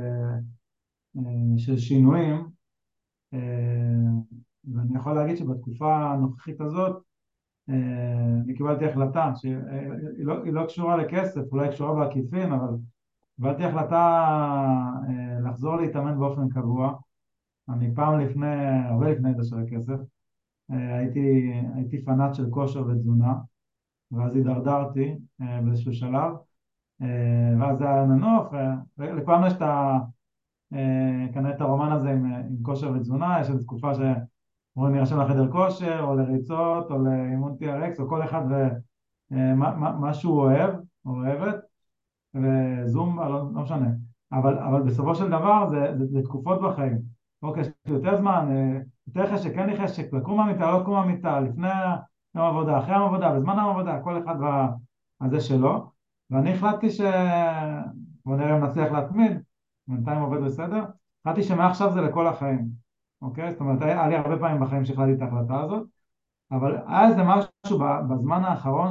של שינויים, ואני יכול להגיד שבתקופה הנוכחית הזאת, אני קיבלתי החלטה שהיא לא קשורה לכסף, אולי קשורה בעקיפין, אבל קיבלתי החלטה לחזור להתאמן באופן קבוע. אני פעם הרבה לפני זה של הכסף, הייתי פנאט של כושר ותזונה, ואז הידרדרתי באיזשהו שלב, ואז זה היה מנוף, לכולנו יש כנראה את הרומן הזה עם כושר ותזונה, יש איזו תקופה שאומרים להירשם לחדר כושר, או לריצות, או לאימון TRX, או כל אחד ומה שהוא אוהב, או אוהבת, וזום, לא משנה. אבל בסופו של דבר זה תקופות בחיים. אוקיי, יש יותר זמן, יותר חשק, אין לי חשק, לקום מהמיטה, לא לקום מהמיטה, לפני יום עבודה, אחרי יום עבודה, בזמן יום עבודה, כל אחד והזה שלו. ואני החלטתי בוא נראה אם נצליח להתמיד, בינתיים עובד בסדר, החלטתי שמעכשיו זה לכל החיים, אוקיי? זאת אומרת, היה לי הרבה פעמים בחיים שהחלטתי את ההחלטה הזאת, אבל היה איזה משהו בזמן האחרון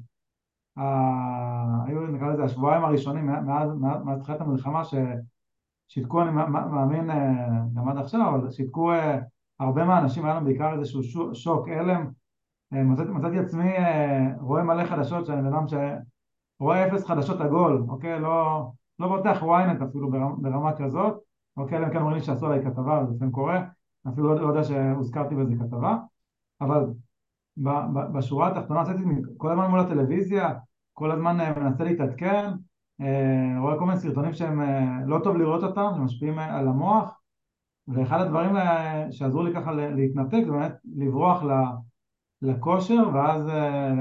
היו נקרא לזה השבועיים הראשונים מאז תחילת המלחמה ששיתקו, אני מאמין גם עד עכשיו, אבל שיתקו הרבה מהאנשים, היה לנו בעיקר איזשהו שוק, אלם, מצאתי עצמי רואה מלא חדשות, שאני אדם רואה 0 חדשות עגול, אוקיי? לא לא פותח ynet אפילו ברמה כזאת, אוקיי, אלא אם כן אומרים לי שעשו עליי כתבה, וזה לפעמים קורה, אפילו לא יודע שהוזכרתי באיזה כתבה, אבל בשורה התחתונה עשיתי כל הזמן מול הטלוויזיה, כל הזמן מנסה להתעדכן, רואה כל מיני סרטונים שהם לא טוב לראות אותם, שמשפיעים על המוח, ואחד הדברים שעזרו לי ככה להתנתק, זה באמת לברוח לכושר, ואז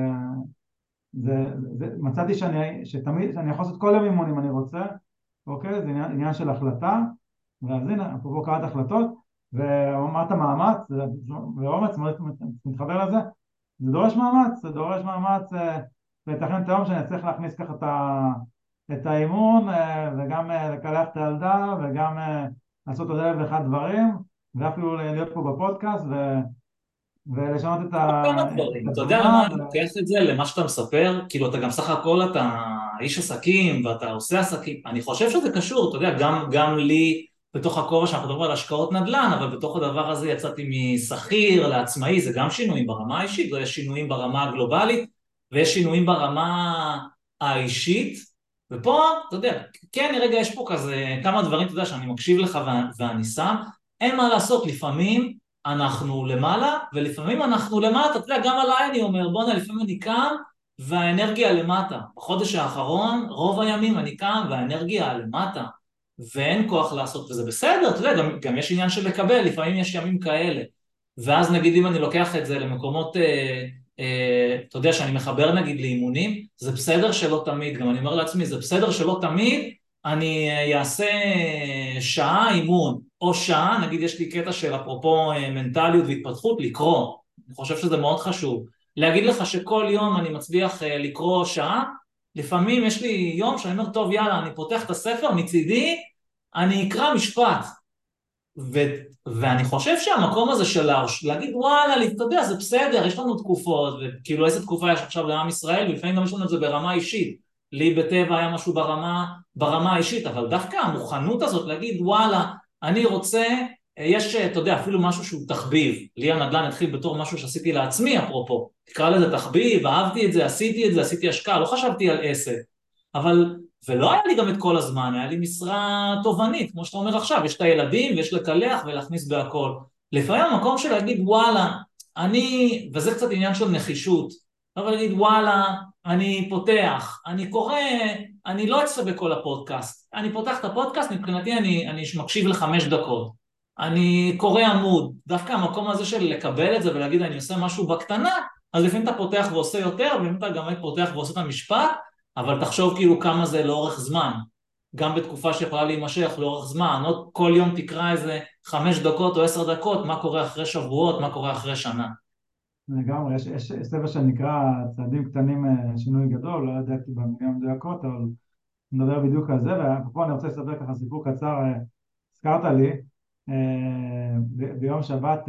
מצאתי שאני יכול לעשות כל יום אימון אם אני רוצה, אוקיי? זה עניין של החלטה, ואז הנה, אפרופו קראת החלטות, ואמרת מאמץ, ואומץ, מתחבר לזה, זה דורש מאמץ לתכנן את היום שאני אצליח להכניס ככה את האימון, וגם לקלח את הילדה, וגם לעשות עוד 1,001 דברים, ואפילו להיות פה בפודקאסט, ולשנות כמה דברים, אתה יודע התזונה. למה אני לוקח את זה, למה שאתה מספר, כאילו אתה גם סך הכל אתה איש עסקים ואתה עושה עסקים, אני חושב שזה קשור, אתה יודע, גם לי בתוך הכובע שאנחנו מדברים על השקעות נדל"ן, אבל בתוך הדבר הזה יצאתי משכיר לעצמאי, זה גם שינויים ברמה האישית, יש שינויים ברמה הגלובלית, ויש שינויים ברמה האישית, ופה, אתה יודע, כן, רגע, יש פה כזה כמה דברים, אתה יודע, שאני מקשיב לך ואני שם, אין מה לעשות, לפעמים אנחנו למעלה, ולפעמים אנחנו למטה, אתה יודע, גם עליי אני אומר, בוא'נה, לפעמים אני קם, והאנרגיה למטה. בחודש האחרון, רוב הימים אני קם, והאנרגיה למטה, ואין כוח לעשות, וזה בסדר, אתה יודע, גם יש עניין של לקבל, לפעמים יש ימים כאלה, ואז נגיד אם אני לוקח את זה למקומות, אתה יודע, שאני מחבר נגיד לאימונים, זה בסדר שלא תמיד, גם אני אומר לעצמי, זה בסדר שלא תמיד, אני אעשה שעה אימון, או שעה, נגיד יש לי קטע של אפרופו מנטליות והתפתחות, לקרוא, אני חושב שזה מאוד חשוב, להגיד לך שכל יום אני מצליח לקרוא שעה, לפעמים יש לי יום שאני אומר, טוב יאללה, אני פותח את הספר, מצידי, אני אקרא משפט, ואני חושב שהמקום הזה של להגיד וואלה, אתה יודע, זה בסדר, יש לנו תקופות, וכאילו איזה תקופה יש עכשיו לעם ישראל, ולפעמים גם יש לנו את זה ברמה אישית, לי בטבע היה משהו ברמה האישית, אבל דווקא המוכנות הזאת להגיד וואלה, אני רוצה, יש, אתה יודע, אפילו משהו שהוא תחביב, לי הנדל"ן התחיל בתור משהו שעשיתי לעצמי, אפרופו, תקרא לזה תחביב, אהבתי את זה, עשיתי השקעה, לא חשבתי על עסק, אבל, ולא היה לי גם את כל הזמן, היה לי משרה תובנית, כמו שאתה אומר עכשיו, יש את הילדים ויש לקלח ולהכניס בהכל. לפעמים המקום של להגיד וואלה, וזה קצת עניין של נחישות, אבל להגיד וואלה, אני פותח, אני קורא, אני לא אצפה בכל הפודקאסט, אני פותח את הפודקאסט, מבחינתי אני מקשיב ל5 דקות, אני קורא עמוד, דווקא המקום הזה של לקבל את זה ולהגיד אני עושה משהו בקטנה, אז לפעמים אתה פותח ועושה יותר, ולפעמים אתה גם פותח ועושה את המשפט, אבל תחשוב כאילו כמה זה לאורך זמן, גם בתקופה שיכולה להימשך לאורך זמן, עוד כל יום תקרא איזה 5 דקות או 10 דקות, מה קורה אחרי שבועות, מה קורה אחרי שנה. לגמרי, יש ספר שנקרא צעדים קטנים שינוי גדול, לא יודע כי במילים מדויקות, אבל נדבר בדיוק על זה, ופה אני רוצה לספר ככה סיפור קצר, הזכרת לי, ביום שבת,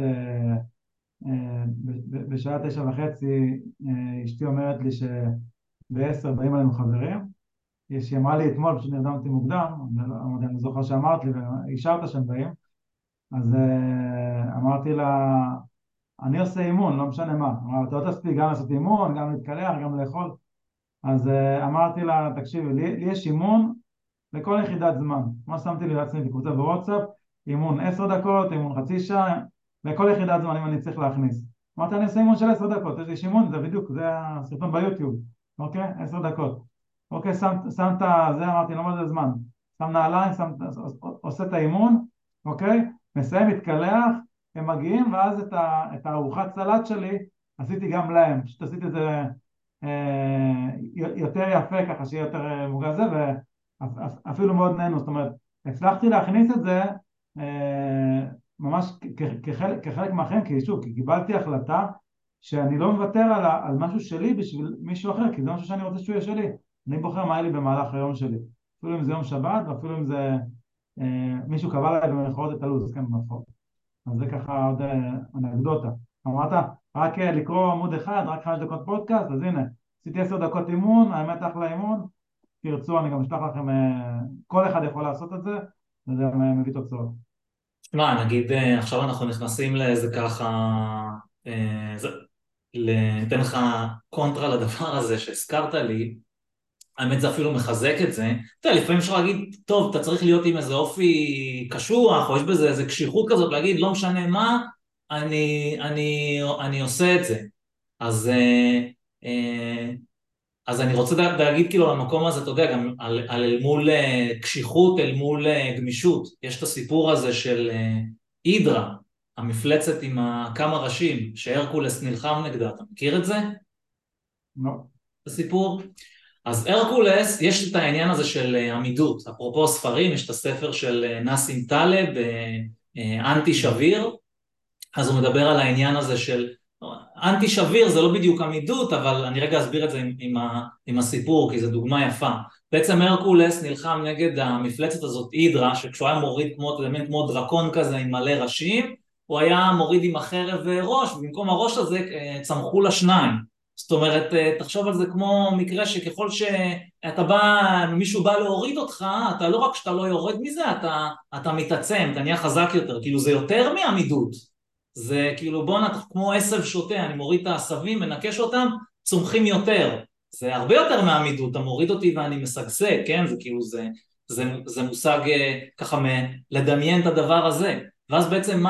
בשעה 9:30, אשתי אומרת לי שב10 באים עלינו חברים, שהיא אמרה לי אתמול, פשוט נרדמתי מוקדם, אני זוכר שאמרת לי, והשארת שהם באים, אז אמרתי לה, אני עושה אימון, לא משנה מה, אמרה, אתה לא תספיק גם לעשות אימון, גם להתקלח, גם לאכול, אז אמרתי לה, תקשיבי, לי יש אימון לכל יחידת זמן, כמו שמתי לי לעצמי בקבוצה בוואטסאפ, אימון 10 דקות, אימון חצי שעה, לכל יחידת זמן אם אני צריך להכניס. אמרתי, אני עושה אימון של 10 דקות, יש לי אימון, זה בדיוק, זה הסרטון ביוטיוב, אוקיי? 10 דקות. אוקיי, שם את זה, אמרתי, לא מה זה זמן, שם נעליים, עושה את האימון, אוקיי? מסיים, מתקלח, הם מגיעים, ואז את הארוחת סלט שלי עשיתי גם להם, פשוט עשיתי את זה יותר יפה ככה, שיהיה יותר מוגע זה, ואפילו מאוד נהנו, זאת אומרת, הצלחתי להכניס את זה ממש כחלק מהחיים, כי שוב, כי קיבלתי החלטה שאני לא מוותר על משהו שלי בשביל מישהו אחר, כי זה משהו שאני רוצה שהוא יהיה שלי, אני בוחר מה יהיה לי במהלך היום שלי, אפילו אם זה יום שבת, ואפילו אם זה מישהו קבע עליי במרכאות את הלו"ז, כן, במרכאות. אז זה ככה עוד אנקדוטה. אמרת, רק לקרוא עמוד אחד, רק 5 דקות פודקאסט, אז הנה, עשיתי 10 דקות אימון, האמת אחלה אימון, תרצו, אני גם אשלח לכם, כל אחד יכול לעשות את זה, וזה מביא תוצאות. תשמע, נגיד עכשיו אנחנו נכנסים לאיזה ככה, ניתן לך קונטרה לדבר הזה שהזכרת לי, האמת זה אפילו מחזק את זה. אתה יודע, לפעמים אפשר להגיד, טוב, אתה צריך להיות עם איזה אופי קשוח, או יש בזה איזה קשיחות כזאת, להגיד, לא משנה מה, אני עושה את זה. אז, אה, אז אני רוצה להגיד כאילו למקום הזה, אתה יודע, גם על אל מול קשיחות, אל מול גמישות. יש את הסיפור הזה של הידרה, המפלצת עם כמה ראשים, שהרקולס נלחם נגדה. אתה מכיר את זה? לא. הסיפור? אז הרקולס, יש את העניין הזה של עמידות. אפרופו ספרים, יש את הספר של נסים טלב, אנטי שביר, אז הוא מדבר על העניין הזה של אנטי שביר, זה לא בדיוק עמידות, אבל אני רגע אסביר את זה עם הסיפור, כי זו דוגמה יפה. בעצם הרקולס נלחם נגד המפלצת הזאת, הידרה, שכשהוא היה מוריד כמו דרקון כזה עם מלא ראשים, הוא היה מוריד עם החרב ראש, ובמקום הראש הזה צמחו לה שניים. זאת אומרת, תחשוב על זה כמו מקרה שככל שאתה בא, מישהו בא להוריד אותך, אתה לא רק שאתה לא יורד מזה, אתה מתעצם, אתה נהיה חזק יותר, כאילו זה יותר מעמידות. זה כאילו בוא נתח כמו עשב שוטה, אני מוריד את העשבים, מנקש אותם, צומחים יותר. זה הרבה יותר מעמידות, אתה מוריד אותי ואני משגשג, כן? זה כאילו, זה מושג ככה לדמיין את הדבר הזה. ואז בעצם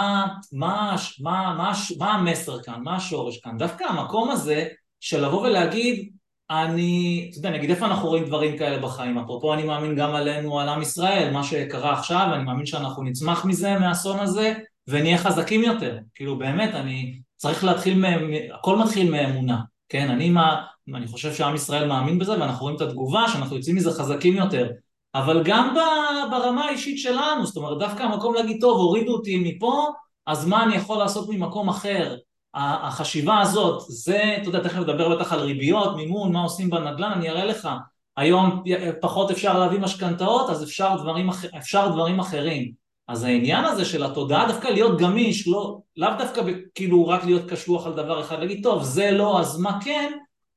מה המסר כאן, מה השורש כאן? דווקא המקום הזה של לבוא ולהגיד, אתה יודע, נגיד איפה אנחנו רואים דברים כאלה בחיים, אפרופו אני מאמין גם עלינו, על עם ישראל, מה שקרה עכשיו, אני מאמין שאנחנו נצמח מזה, מהאסון הזה, ונהיה חזקים יותר, כאילו באמת אני צריך להתחיל, הכל מתחיל מאמונה, כן, אני חושב שעם ישראל מאמין בזה ואנחנו רואים את התגובה שאנחנו יוצאים מזה חזקים יותר, אבל גם ברמה האישית שלנו, זאת אומרת דווקא המקום להגיד טוב הורידו אותי מפה, אז מה אני יכול לעשות ממקום אחר, החשיבה הזאת, זה, אתה יודע, תכף לדבר בטח על ריביות, מימון, מה עושים בנדל"ן, אני אראה לך, היום פחות אפשר להביא משכנתאות, אז אפשר דברים אחרים, אז העניין הזה של התודעה דווקא להיות גמיש, לאו דווקא כאילו רק להיות קשוח על דבר אחד, להגיד טוב זה לא אז מה כן,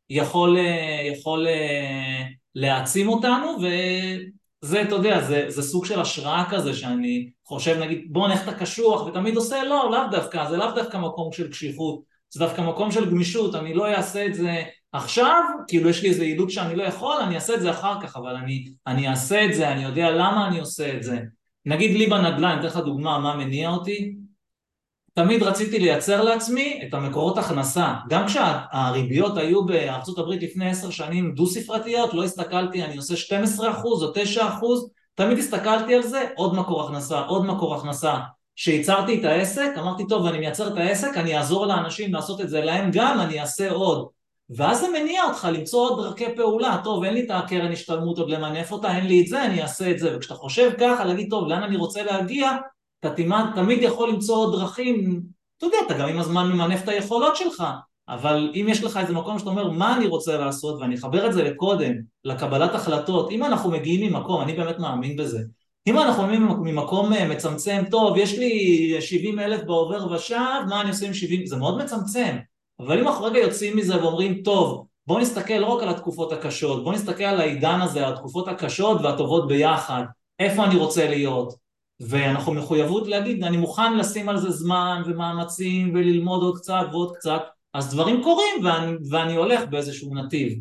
יכול להעצים אותנו, וזה אתה יודע, זה סוג של השראה כזה שאני חושב נגיד בוא נלך את הקשוח ותמיד עושה לא, לאו דווקא, זה לאו דווקא מקום של קשיחות, זה דווקא מקום של גמישות, אני לא אעשה את זה עכשיו, כאילו יש לי איזה יעילות שאני לא יכול, אני אעשה את זה אחר כך, אבל אני אעשה את זה, אני יודע למה אני עושה את זה. נגיד לי בנדל"ן, אני אתן לך דוגמה מה מניע אותי, תמיד רציתי לייצר לעצמי את המקורות הכנסה, גם כשהריביות היו בארצות הברית לפני 10 שנים דו ספרתיות, לא הסתכלתי, אני עושה 12% או 9%, תמיד הסתכלתי על זה, עוד מקור הכנסה, עוד מקור הכנסה, כשייצרתי את העסק, אמרתי טוב אני מייצר את העסק, אני אעזור לאנשים לעשות את זה להם גם, אני אעשה עוד, ואז זה מניע אותך למצוא עוד דרכי פעולה, טוב אין לי את הקרן השתלמות עוד למנף אותה, אין לי את זה, אני אעשה את זה, וכשאתה חושב ככה להגיד טוב לאן אני רוצה להגיע, אתה תמיד יכול למצוא עוד דרכים, אתה יודע, אתה גם עם הזמן ממנף את היכולות שלך, אבל אם יש לך איזה מקום שאתה אומר מה אני רוצה לעשות, ואני אחבר את זה לקודם, לקבלת החלטות, אם אנחנו מגיעים ממקום, אני באמת מאמין בזה, אם אנחנו מגיעים ממקום מצמצם, טוב, יש לי 70,000 בעובר ושב, מה אני עושה עם 70? זה מאוד מצמצם, אבל אם אנחנו רגע יוצאים מזה ואומרים, טוב, בוא נסתכל לא רק על התקופות הקשות, בוא נסתכל על העידן הזה, על התקופות הקשות והטובות ביחד, איפה אני רוצה להיות, ואנחנו מחויבות להגיד, אני מוכן לשים על זה זמן ומאמצים וללמוד עוד קצת ועוד קצת, אז דברים קורים ואני הולך באיזשהו נתיב.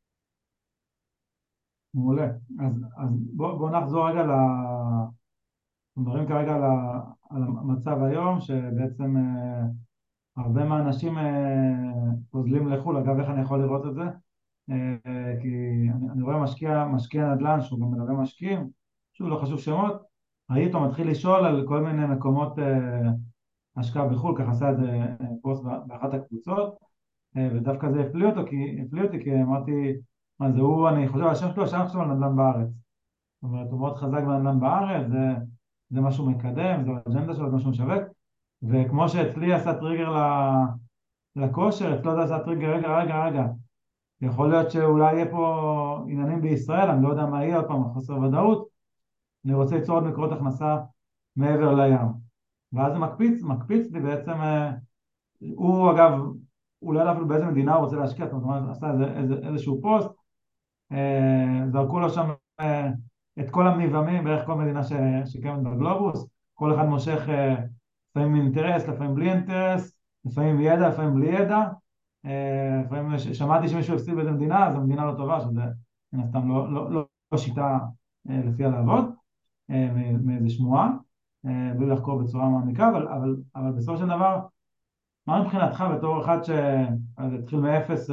מעולה. אז בוא נחזור רגע מדברים כרגע על המצב היום, שבעצם הרבה מהאנשים פוזלים לחו"ל. אגב, איך אני יכול לראות את זה? כי אני רואה משקיע נדל"ן שהוא גם מלווה משקיעים, שוב לא חשוב שמות, ראיתי אותו מתחיל לשאול על כל מיני מקומות השקעה בחו"ל, ככה עשה את זה פוסט באחת הקבוצות, ודווקא זה הפליא אותי כי אמרתי, מה זה הוא, אני חושב על השם שלו, השם עכשיו על נדל"ן בארץ. זאת אומרת, הוא מאוד חזק בנדל"ן בארץ, זה משהו מקדם, זו אג'נדה שלו, זה משהו משווק, וכמו שאצלי עשה טריגר לכושר, אצלו זה עשה טריגר, רגע, יכול להיות שאולי יהיה פה עניינים בישראל, אני לא יודע מה יהיה, עוד פעם, חוסר ודאות, אני רוצה ליצור עוד מקורות הכנסה מעבר לים. ואז זה מקפיץ לי בעצם, הוא אגב, הוא לא יודע אפילו באיזה מדינה הוא רוצה להשקיע, זאת אומרת, עשה איזשהו פוסט, זרקו לו שם את כל המניבמים בערך כל מדינה שקיימת בגלובוס, כל אחד מושך לפעמים אינטרס, לפעמים בלי אינטרס, לפעמים ידע, לפעמים בלי ידע, לפעמים שמעתי שמישהו הפסיד באיזה מדינה, אז המדינה לא טובה, שזה מן הסתם לא שיטה לפיה לעבוד, מאיזה שמועה, בלי לחקור בצורה מעמיקה, אבל בסופו של דבר, מה מבחינתך בתור אחד שהתחיל מאפס,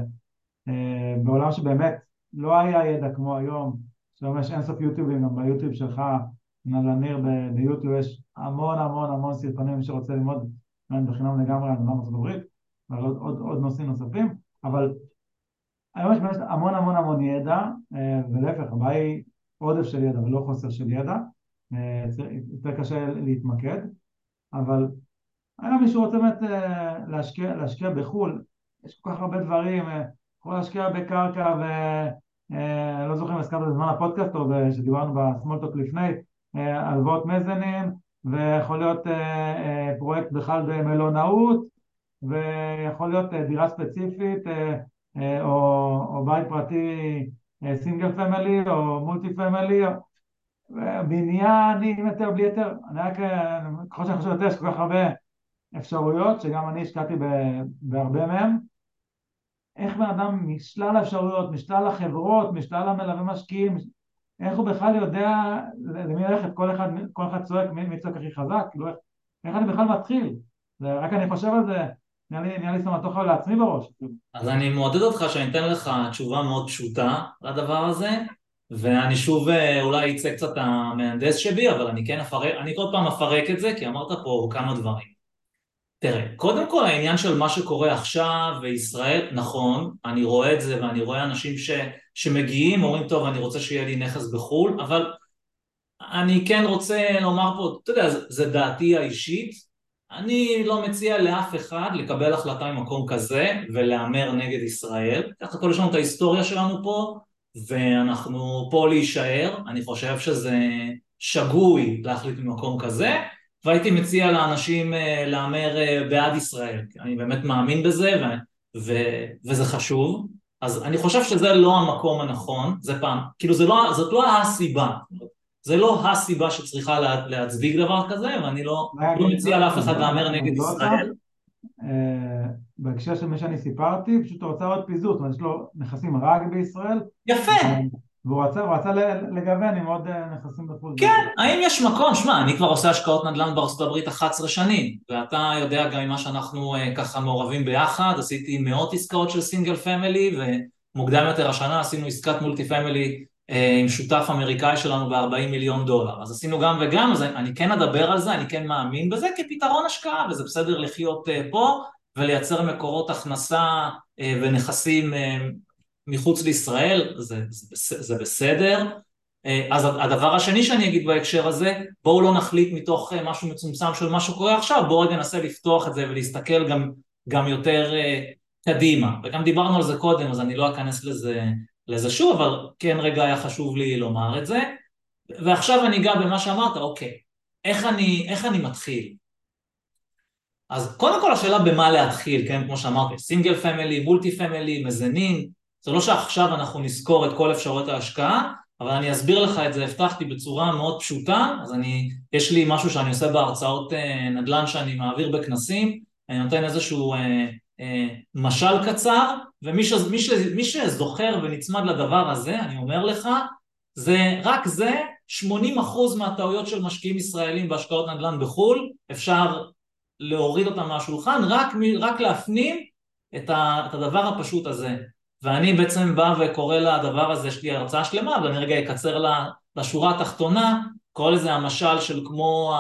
בעולם שבאמת לא היה ידע כמו היום, שהיום יש אינסוף יוטיובים, גם ביוטיוב שלך, ניר ביוטיוב יש המון המון המון סרטונים שרוצה ללמוד בחינם לגמרי על עולם ארצות הברית, ועל עוד נושאים נוספים, אבל היום יש באמת המון המון המון ידע, ולהפך, הבעיה היא עודף של ידע ולא חוסר של ידע, יותר קשה להתמקד, אבל היום מישהו רוצה באמת להשקיע בחול, יש כל כך הרבה דברים, יכול להשקיע בקרקע לא זוכר אם הזכרת בזמן הפודקאסט או שדיברנו בסמולטוק לפני, הלוואות מזנין, ויכול להיות פרויקט בכלל במלונאות, ויכול להיות דירה ספציפית, או בית פרטי סינגל פמילי או מולטי פמילי, בניין עם יותר בלי יותר. אני רק, ככל שאני חושב יותר, יש כל כך הרבה אפשרויות, שגם אני השקעתי בהרבה מהם. איך בן אדם משלל האפשרויות, משלל החברות, משלל המלווה משקיעים, איך הוא בכלל יודע למי ללכת, כל אחד צועק, מי צועק הכי חזק, כאילו איך אני בכלל מתחיל? רק אני חושב על זה, נראה לי סמטוחה לעצמי בראש. אז אני מעודד אותך שאני אתן לך תשובה מאוד פשוטה לדבר הזה, ואני שוב אולי יצא קצת המהנדס שבי, אבל אני כל פעם אפרק את זה, כי אמרת פה כמה דברים. תראה, קודם כל העניין של מה שקורה עכשיו בישראל, נכון, אני רואה את זה ואני רואה אנשים שמגיעים, אומרים טוב אני רוצה שיהיה לי נכס בחול, אבל אני כן רוצה לומר פה, אתה יודע, זה דעתי האישית, אני לא מציע לאף אחד לקבל החלטה ממקום כזה ולאמר נגד ישראל, ככה כל יש לנו את ההיסטוריה שלנו פה, ואנחנו פה להישאר, אני חושב שזה שגוי להחליט ממקום כזה, והייתי מציע לאנשים לאמר בעד ישראל, אני באמת מאמין בזה וזה חשוב, אז אני חושב שזה לא המקום הנכון, זה פעם, כאילו זאת לא הסיבה, זה לא הסיבה שצריכה להצדיק דבר כזה, ואני לא מציע לאף אחד לאמר נגד ישראל. בהקשר של מה שאני סיפרתי, פשוט הוא רצה עוד פיזור, זאת אומרת, יש לו נכסים רק בישראל. יפה. והוא רצה לגוון עם עוד נכסים בחו"ל. כן, האם יש מקום? שמע, אני כבר עושה השקעות נדל"ן בארצות הברית 11 שנים, ואתה יודע גם ממה שאנחנו ככה מעורבים ביחד, עשיתי מאות עסקאות של סינגל פמילי, ומוקדם יותר השנה עשינו עסקת מולטי פמילי עם שותף אמריקאי שלנו ב$40 מיליון, אז עשינו גם וגם, אז אני כן אדבר על זה, אני כן מאמין בזה כפתרון השקעה, וזה בסדר לחיות פה, ולייצר מקורות הכנסה ונכסים מחוץ לישראל, זה בסדר. אז הדבר השני שאני אגיד בהקשר הזה, בואו לא נחליט מתוך משהו מצומצם של מה שקורה עכשיו, בואו רגע ננסה לפתוח את זה ולהסתכל גם יותר קדימה, וגם דיברנו על זה קודם, אז אני לא אכנס לזה שוב, אבל כן רגע היה חשוב לי לומר את זה, ועכשיו אני אגע במה שאמרת, אוקיי, איך אני מתחיל? אז קודם כל השאלה במה להתחיל, כן, כמו שאמרתי, סינגל פמילי, מולטי פמילי, מזנין, זה לא שעכשיו אנחנו נזכור את כל אפשרויות ההשקעה, אבל אני אסביר לך את זה, הבטחתי בצורה מאוד פשוטה, אז יש לי משהו שאני עושה בהרצאות נדל"ן שאני מעביר בכנסים, אני נותן איזשהו משל קצר, ומי שזוכר ונצמד לדבר הזה, אני אומר לך, רק זה, 80% מהטעויות של משקיעים ישראלים בהשקעות נדל"ן בחול, אפשר להוריד אותם מהשולחן, רק להפנים את הדבר הפשוט הזה. ואני בעצם בא וקורא לדבר הזה, יש לי הרצאה שלמה, אבל אני רגע אקצר לשורה התחתונה, קורא לזה המשל של כמו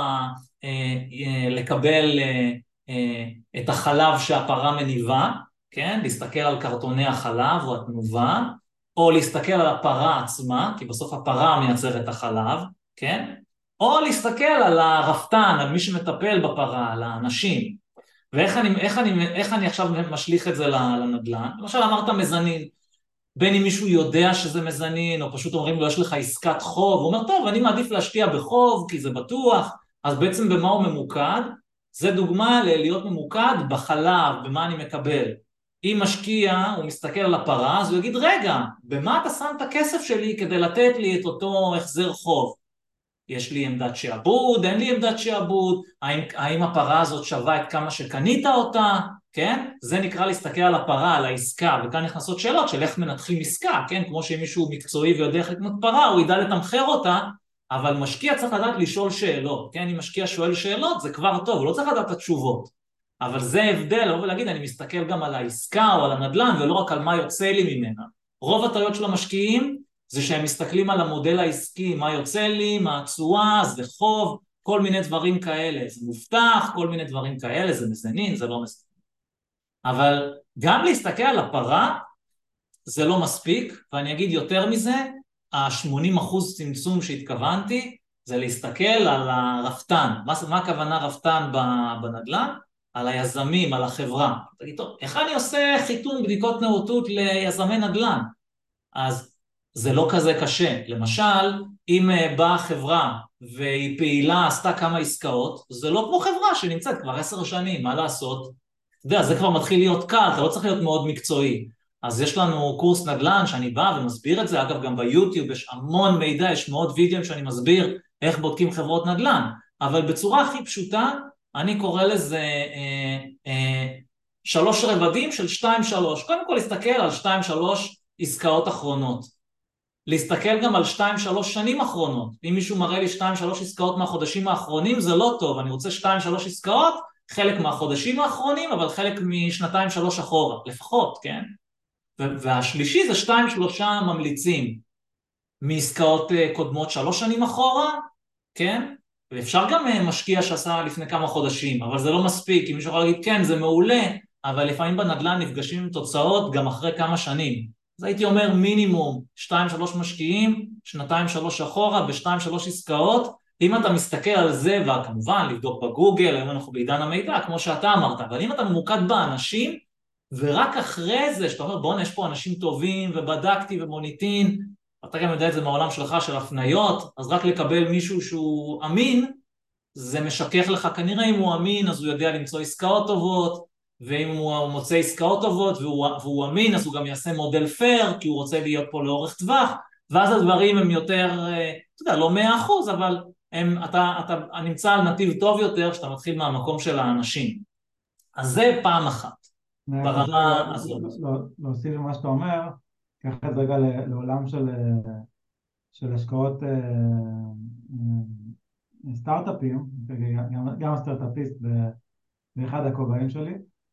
לקבל את החלב שהפרה מניבה, כן? להסתכל על קרטוני החלב או התנובה, או להסתכל על הפרה עצמה, כי בסוף הפרה מייצרת את החלב, כן? או להסתכל על הרפתן, על מי שמטפל בפרה, על האנשים. ואיך אני עכשיו משליך את זה לנדל"ן? למשל אמרת מזנין, בין אם מישהו יודע שזה מזנין, או פשוט אומרים לו יש לך עסקת חוב, הוא אומר טוב אני מעדיף להשקיע בחוב כי זה בטוח, אז בעצם במה הוא ממוקד? זה דוגמה להיות ממוקד בחלב, במה אני מקבל. אם משקיע, הוא מסתכל על הפרה, אז הוא יגיד רגע, במה אתה שם את הכסף שלי כדי לתת לי את אותו החזר חוב? יש לי עמדת שעבוד, אין לי עמדת שעבוד, האם הפרה הזאת שווה את כמה שקנית אותה, כן? זה נקרא להסתכל על הפרה, על העסקה, וכאן נכנסות שאלות של איך מנתחים עסקה, כן? כמו שאם מישהו מקצועי ויודע איך לקנות פרה, הוא ידע לתמחר אותה, אבל משקיע צריך לדעת לשאול שאלות, כן? אם משקיע שואל שאלות, זה כבר טוב, הוא לא צריך לדעת את התשובות. אבל זה הבדל, לבוא ולהגיד, אני מסתכל גם על העסקה או על הנדל"ן, ולא רק על מה יוצא לי ממנה. רוב הטעויות של המשקיעים, זה שהם מסתכלים על המודל העסקי, מה יוצא לי, מה התשואה, זה חוב, כל מיני דברים כאלה, זה מובטח, כל מיני דברים כאלה, זה מזנין, זה לא מזנין. אבל גם להסתכל על הפרה, זה לא מספיק, ואני אגיד יותר מזה, ה-80% צמצום שהתכוונתי, זה להסתכל על הרפתן. מה הכוונה רפתן בנדל"ן? על היזמים, על החברה. תגיד, טוב, איך אני עושה חיתום בדיקות נאותות ליזמי נדל"ן? אז זה לא כזה קשה. למשל, אם באה חברה והיא פעילה, עשתה כמה עסקאות, זה לא כמו חברה שנמצאת כבר 10 שנים, מה לעשות? אתה יודע, זה כבר מתחיל להיות קל, אתה לא צריך להיות מאוד מקצועי. אז יש לנו קורס נדל"ן שאני בא ומסביר את זה, אגב גם ביוטיוב יש המון מידע, יש מאוד וידאוים שאני מסביר איך בודקים חברות נדל"ן, אבל בצורה הכי פשוטה, אני קורא לזה 3 רבדים של 2-3, קודם כל להסתכל על 2-3 עסקאות אחרונות, להסתכל גם על 2-3 שנים אחרונות, אם מישהו מראה לי 2-3 עסקאות מהחודשים האחרונים זה לא טוב, אני רוצה 2-3 עסקאות, חלק מהחודשים האחרונים, אבל חלק מ2-3 אחורה, לפחות, כן? והשלישי זה 2-3 ממליצים מעסקאות קודמות 3 שנים אחורה, כן? ואפשר גם משקיע שעשה לפני כמה חודשים, אבל זה לא מספיק, אם מישהו יכול להגיד כן זה מעולה, אבל לפעמים בנדל"ן נפגשים עם תוצאות גם אחרי כמה שנים. אז הייתי אומר מינימום 2-3 משקיעים, 2-3 אחורה, ב2-3 עסקאות, אם אתה מסתכל על זה, וכמובן לבדוק בגוגל, היום אנחנו בעידן המידע, כמו שאתה אמרת, אבל אם אתה ממוקד באנשים, ורק אחרי זה, שאתה אומר, בוא, יש פה אנשים טובים, ובדקתי ומוניטין, אתה גם יודע את זה מהעולם שלך, של הפניות, אז רק לקבל מישהו שהוא אמין, זה משכך לך, כנראה אם הוא אמין, אז הוא יודע למצוא עסקאות טובות, ואם הוא מוצא עסקאות טובות, והוא אמין, אז הוא גם יעשה מודל פייר, כי הוא רוצה להיות פה לאורך טווח, ואז הדברים הם יותר, אתה יודע, לא 100%, אבל אתה נמצא על נתיב טוב יותר, שאתה מתחיל מהמקום של האנשים. אז זה פעם אחת. ברמה הזאת. להוסיף למה שאתה אומר, ככה את רגע לעולם של השקעות סטארט-אפים, גם סטארט-אפיסט באחד הכובעים שלי,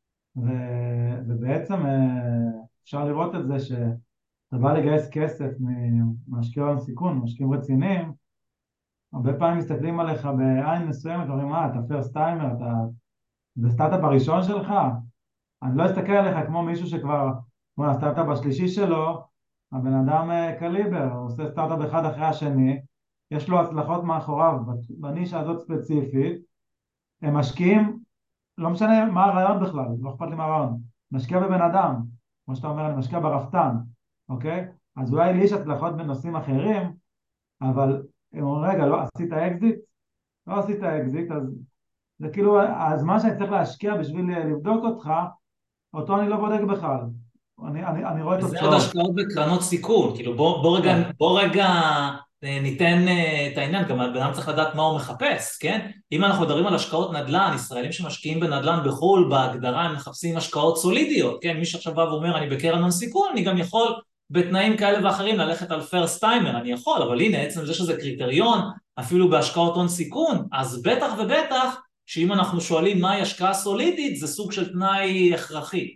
ובעצם אפשר לראות את זה שאתה בא לגייס כסף ממשקיעי הון סיכון, משקיעים רציניים, הרבה פעמים מסתכלים עליך בעין מסוימת, אומרים, אתה פרסט טיימר, אתה בסטארט-אפ הראשון שלך, אני לא אסתכל עליך כמו מישהו שכבר, כמו הסטארט-אפ השלישי שלו, הבן אדם קליבר, הוא עושה סטארט-אפ אחד אחרי השני, יש לו הצלחות מאחוריו, בנישה הזאת ספציפית, הם משקיעים, לא משנה מה הרעיון בכלל, לא אכפת לי מה הרעיון, משקיע בבן אדם, כמו שאתה אומר, אני משקיע ברפתן, אוקיי? אז אולי לי יש הצלחות בנושאים אחרים, אבל הם אומרים, רגע, לא עשית אקזיט? לא עשית אקזיט, אז זה כאילו הזמן שאני צריך להשקיע בשביל לבדוק אותך, אותו אני לא בודק בכלל. אני רואה תוצאות. זה עוד השקעות בקרנות סיכון, כאילו בוא רגע ניתן את העניין, גם הבן אדם צריך לדעת מה הוא מחפש, כן? אם אנחנו מדברים על השקעות נדל"ן, ישראלים שמשקיעים בנדל"ן בחול, בהגדרה הם מחפשים השקעות סולידיות, כן? מי שעכשיו בא ואומר אני בקרן הון סיכון, אני גם יכול בתנאים כאלה ואחרים ללכת על פרסט טיימר, אני יכול, אבל הנה עצם זה שזה קריטריון, אפילו בהשקעות הון סיכון, אז בטח ובטח שאם אנחנו שואלים מהי השקעה סולידית, זה סוג של תנאי הכרחי.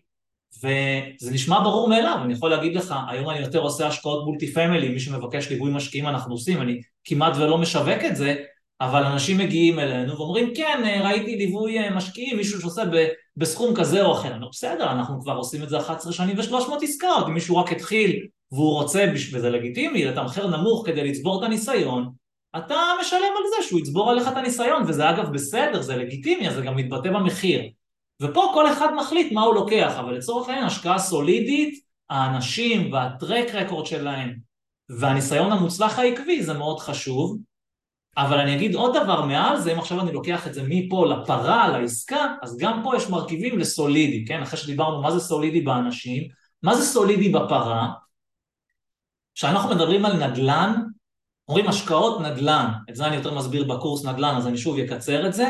וזה נשמע ברור מאליו, אני יכול להגיד לך, היום אני יותר עושה השקעות מולטי פמילי, מי שמבקש ליווי משקיעים אנחנו עושים, אני כמעט ולא משווק את זה, אבל אנשים מגיעים אלינו ואומרים, כן, ראיתי ליווי משקיעים, מישהו שעושה בסכום כזה או אחר, אני בסדר, אנחנו כבר עושים את זה 11 שנים ו300 עסקאות, אם מישהו רק התחיל והוא רוצה, וזה לגיטימי, לתמחר נמוך כדי לצבור את הניסיון, אתה משלם על זה שהוא יצבור עליך את הניסיון, וזה אגב בסדר, זה לגיטימי, אז זה גם מתבטא במחיר. ופה כל אחד מחליט מה הוא לוקח, אבל לצורך העניין השקעה סולידית, האנשים והטרק רקורד שלהם, והניסיון המוצלח העקבי זה מאוד חשוב, אבל אני אגיד עוד דבר מעל זה, אם עכשיו אני לוקח את זה מפה לפרה, לעסקה, אז גם פה יש מרכיבים לסולידי, כן? אחרי שדיברנו מה זה סולידי באנשים, מה זה סולידי בפרה, כשאנחנו מדברים על נדל"ן, אומרים השקעות נדל"ן, את זה אני יותר מסביר בקורס נדל"ן, אז אני שוב יקצר את זה,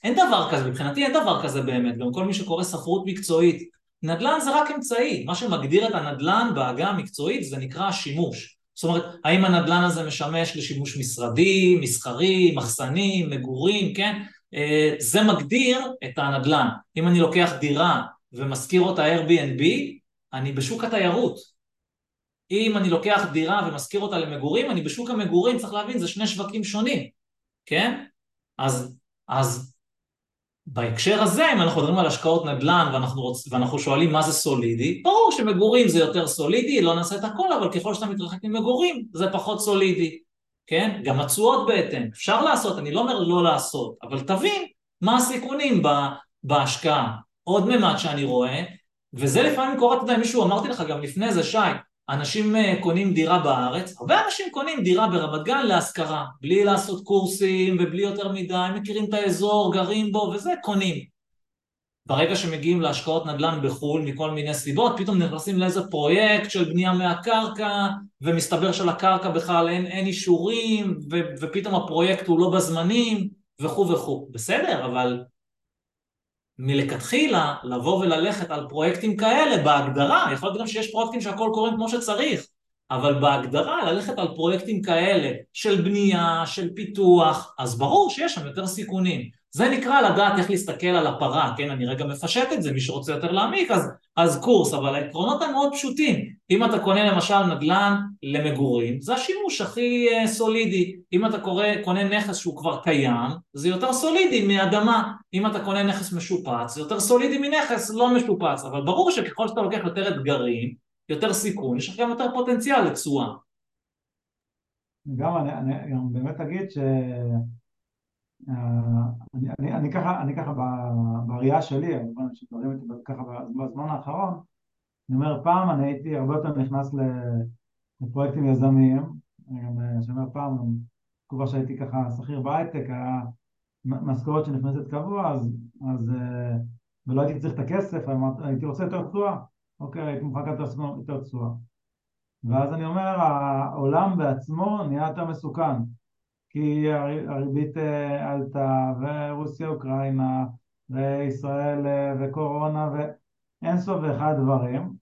אין דבר כזה, מבחינתי אין דבר כזה באמת, גם כל מי שקורא ספרות מקצועית, נדל"ן זה רק אמצעי, מה שמגדיר את הנדל"ן בעגה המקצועית זה נקרא שימוש. זאת אומרת, האם הנדל"ן הזה משמש לשימוש משרדי, מסחרי, מחסני, מגורים, כן? זה מגדיר את הנדל"ן. אם אני לוקח דירה ומשכיר אותה Airbnb, אני בשוק התיירות. אם אני לוקח דירה ומשכיר אותה למגורים, אני בשוק המגורים, צריך להבין, זה שני שווקים שונים, כן? אז בהקשר הזה, אם אנחנו מדברים על השקעות נדל"ן ואנחנו שואלים מה זה סולידי, ברור שמגורים זה יותר סולידי, לא נעשה את הכל, אבל ככל שאתה מתרחק ממגורים, זה פחות סולידי, כן? גם התשואות בהתאם, אפשר לעשות, אני לא אומר לא לעשות, אבל תבין מה הסיכונים בהשקעה. עוד ממד שאני רואה, וזה לפעמים קורה, אתה יודע, מישהו אמרתי לך גם לפני זה, שי, אנשים קונים דירה בארץ, הרבה אנשים קונים דירה ברמת גן להשכרה, בלי לעשות קורסים ובלי יותר מדי, הם מכירים את האזור, גרים בו וזה, קונים. ברגע שמגיעים להשקעות נדל"ן בחול מכל מיני סיבות, פתאום נכנסים לאיזה פרויקט של בנייה מהקרקע, ומסתבר שלקרקע בכלל אין אישורים, ופתאום הפרויקט הוא לא בזמנים, וכו' וכו'. בסדר, אבל מלכתחילה לבוא וללכת על פרויקטים כאלה בהגדרה, יכול להיות גם שיש פרויקטים שהכל קוראים כמו שצריך, אבל בהגדרה ללכת על פרויקטים כאלה של בנייה, של פיתוח, אז ברור שיש שם יותר סיכונים. זה נקרא לדעת איך להסתכל על הפרה, כן? אני רגע מפשט את זה, מי שרוצה יותר להעמיק, אז קורס, אבל העקרונות הם מאוד פשוטים. אם אתה קונה למשל נדל"ן למגורים, זה השימוש הכי סולידי. אם אתה קונה נכס שהוא כבר קיים, זה יותר סולידי מאדמה. אם אתה קונה נכס משופץ, זה יותר סולידי מנכס לא משופץ. אבל ברור שככל שאתה לוקח יותר אתגרים, יותר סיכון, יש גם יותר פוטנציאל לתשואה. גם אני גם באמת אגיד ש... אני ככה בראייה שלי, שדברים איתי ככה בזמן האחרון, אני אומר, פעם אני הייתי הרבה יותר נכנס לפרויקטים יזמיים, אני גם שאומר פעם, תקופה שהייתי ככה שכיר בהייטק, היה משכורת שנכנסת קבוע, ולא הייתי צריך את הכסף, הייתי רוצה יותר תשואה, אוקיי, הייתי מוכן יותר תשואה. ואז אני אומר, העולם בעצמו נהיה יותר מסוכן, כי הריבית עלתה, ורוסיה, אוקראינה, וישראל וקורונה, ואין סוף ואחד דברים,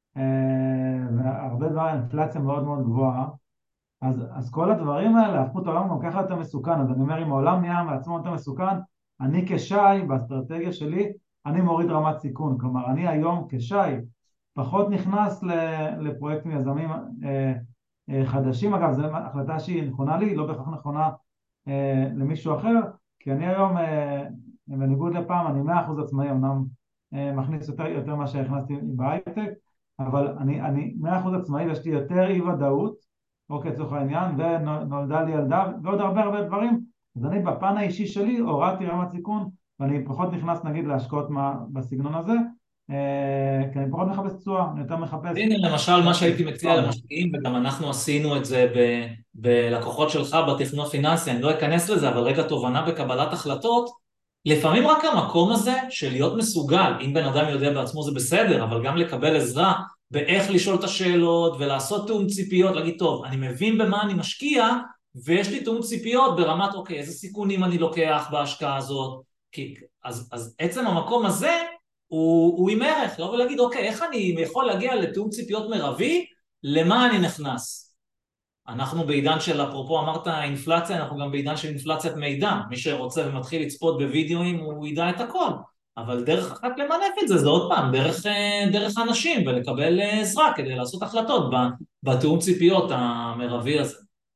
והרבה דברים, אינפלציה מאוד מאוד גבוהה, אז כל הדברים האלה הפכו את העולם גם ככה יותר מסוכן. אז אני אומר, אם העולם נהיה מעצמו יותר מסוכן, אני כשי, באסטרטגיה שלי, אני מוריד רמת סיכון. כלומר, אני היום כשי פחות נכנס לפרויקטים יזמים חדשים. אגב, זו החלטה שהיא נכונה לי, לא בהכרח נכונה למישהו אחר, כי אני היום, בניגוד לפעם, אני 100% עצמאי, אמנם מכניס יותר מה שהכנסתי בהייטק, אבל אני 100% עצמאי ויש לי יותר אי ודאות, אוקיי, צורך העניין, ונולדה לי ילדה, ועוד הרבה דברים, אז אני בפן האישי שלי הורדתי רמת סיכון, ואני פחות נכנס נגיד להשקעות בסגנון הזה, כי אני פחות מחפש תשואה, אני יותר מחפש... הנה למשל מה שהייתי מציע למשקיעים, וגם אנחנו עשינו את זה בלקוחות שלך בתכנון פיננסי, אני לא אכנס לזה, אבל רגע תובנה בקבלת החלטות, לפעמים רק המקום הזה של להיות מסוגל, אם בן אדם יודע בעצמו זה בסדר, אבל גם לקבל עזרה באיך לשאול את השאלות ולעשות תאום ציפיות, להגיד טוב, אני מבין במה אני משקיע, ויש לי תאום ציפיות ברמת אוקיי, איזה סיכונים אני לוקח בהשקעה הזאת, אז עצם המקום הזה הוא עם ערך, לא ולהגיד אוקיי, איך אני יכול להגיע לתאום ציפיות מרבי, למה אני נכנס? אנחנו בעידן של, אפרופו אמרת אינפלציה, אנחנו גם בעידן של אינפלציית מידע, מי שרוצה ומתחיל לצפות בווידאוים הוא ידע את הכל, אבל דרך אחת למנף את זה, זה עוד פעם, דרך אנשים ולקבל עזרה כדי לעשות החלטות בתאום ציפיות המרבי הזה.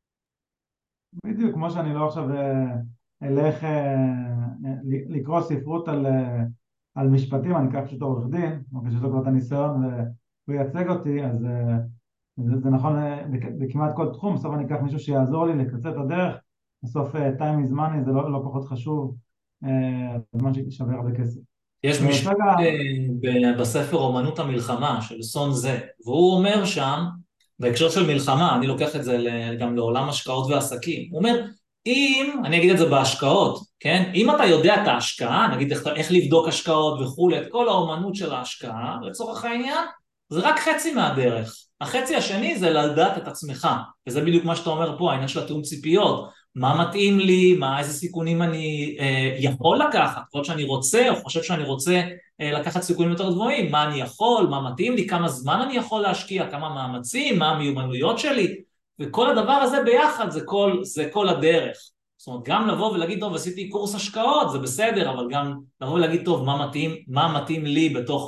בדיוק, כמו שאני לא עכשיו אלך לקרוא ספרות על משפטים, אני אקח פשוט עורך דין, שיש לו כבר את הניסיון והוא ייצג אותי, אז זה נכון בכמעט כל תחום. בסוף אני אקח מישהו שיעזור לי לקצר את הדרך, בסוף time is money, זה לא פחות חשוב, זמן ששווה הרבה כסף. יש משפט בספר אומנות המלחמה של סון זה, והוא אומר שם, בהקשר של מלחמה, אני לוקח את זה גם לעולם השקעות ועסקים, הוא אומר, אני אגיד את זה בהשקעות, כן? אם אתה יודע את ההשקעה, נגיד איך לבדוק השקעות וכו', את כל האומנות של ההשקעה, לצורך העניין, זה רק חצי מהדרך. החצי השני זה לדעת את עצמך, וזה בדיוק מה שאתה אומר פה, העניין של התאום ציפיות, מה מתאים לי, איזה סיכונים אני יכול לקחת, יכול שאני רוצה, או חושב שאני רוצה לקחת סיכונים יותר גבוהים, מה אני יכול, מה מתאים לי, כמה זמן אני יכול להשקיע, כמה מאמצים, מה המיומנויות שלי, וכל הדבר הזה ביחד זה כל הדרך. זאת אומרת, גם לבוא ולהגיד, טוב, עשיתי קורס השקעות, זה בסדר, אבל גם לבוא ולהגיד, טוב, מה מתאים לי בתוך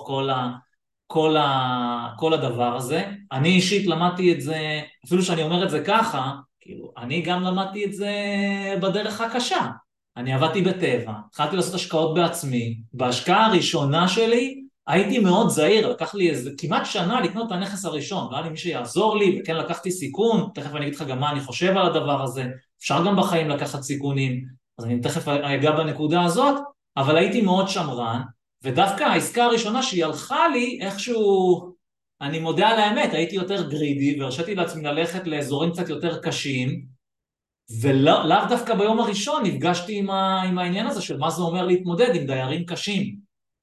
כל הדבר הזה. אני אישית למדתי את זה, אפילו שאני אומר את זה ככה, כאילו, אני גם למדתי את זה בדרך הקשה. אני עבדתי בטבע, התחלתי לעשות השקעות בעצמי, בהשקעה הראשונה שלי הייתי מאוד זהיר, לקח לי איזה כמעט שנה לקנות את הנכס הראשון, לא היה לי מי שיעזור לי, וכן לקחתי סיכון, תכף אני אגיד לך גם מה אני חושב על הדבר הזה, אפשר גם בחיים לקחת סיכונים, אז אני תכף אגע בנקודה הזאת, אבל הייתי מאוד שמרן, ודווקא העסקה הראשונה שהיא הלכה לי, איכשהו, אני מודה על האמת, הייתי יותר גרידי, והרשיתי לעצמי ללכת לאזורים קצת יותר קשים, ולאו דווקא ביום הראשון נפגשתי עם העניין הזה של מה זה אומר להתמודד עם דיירים קשים.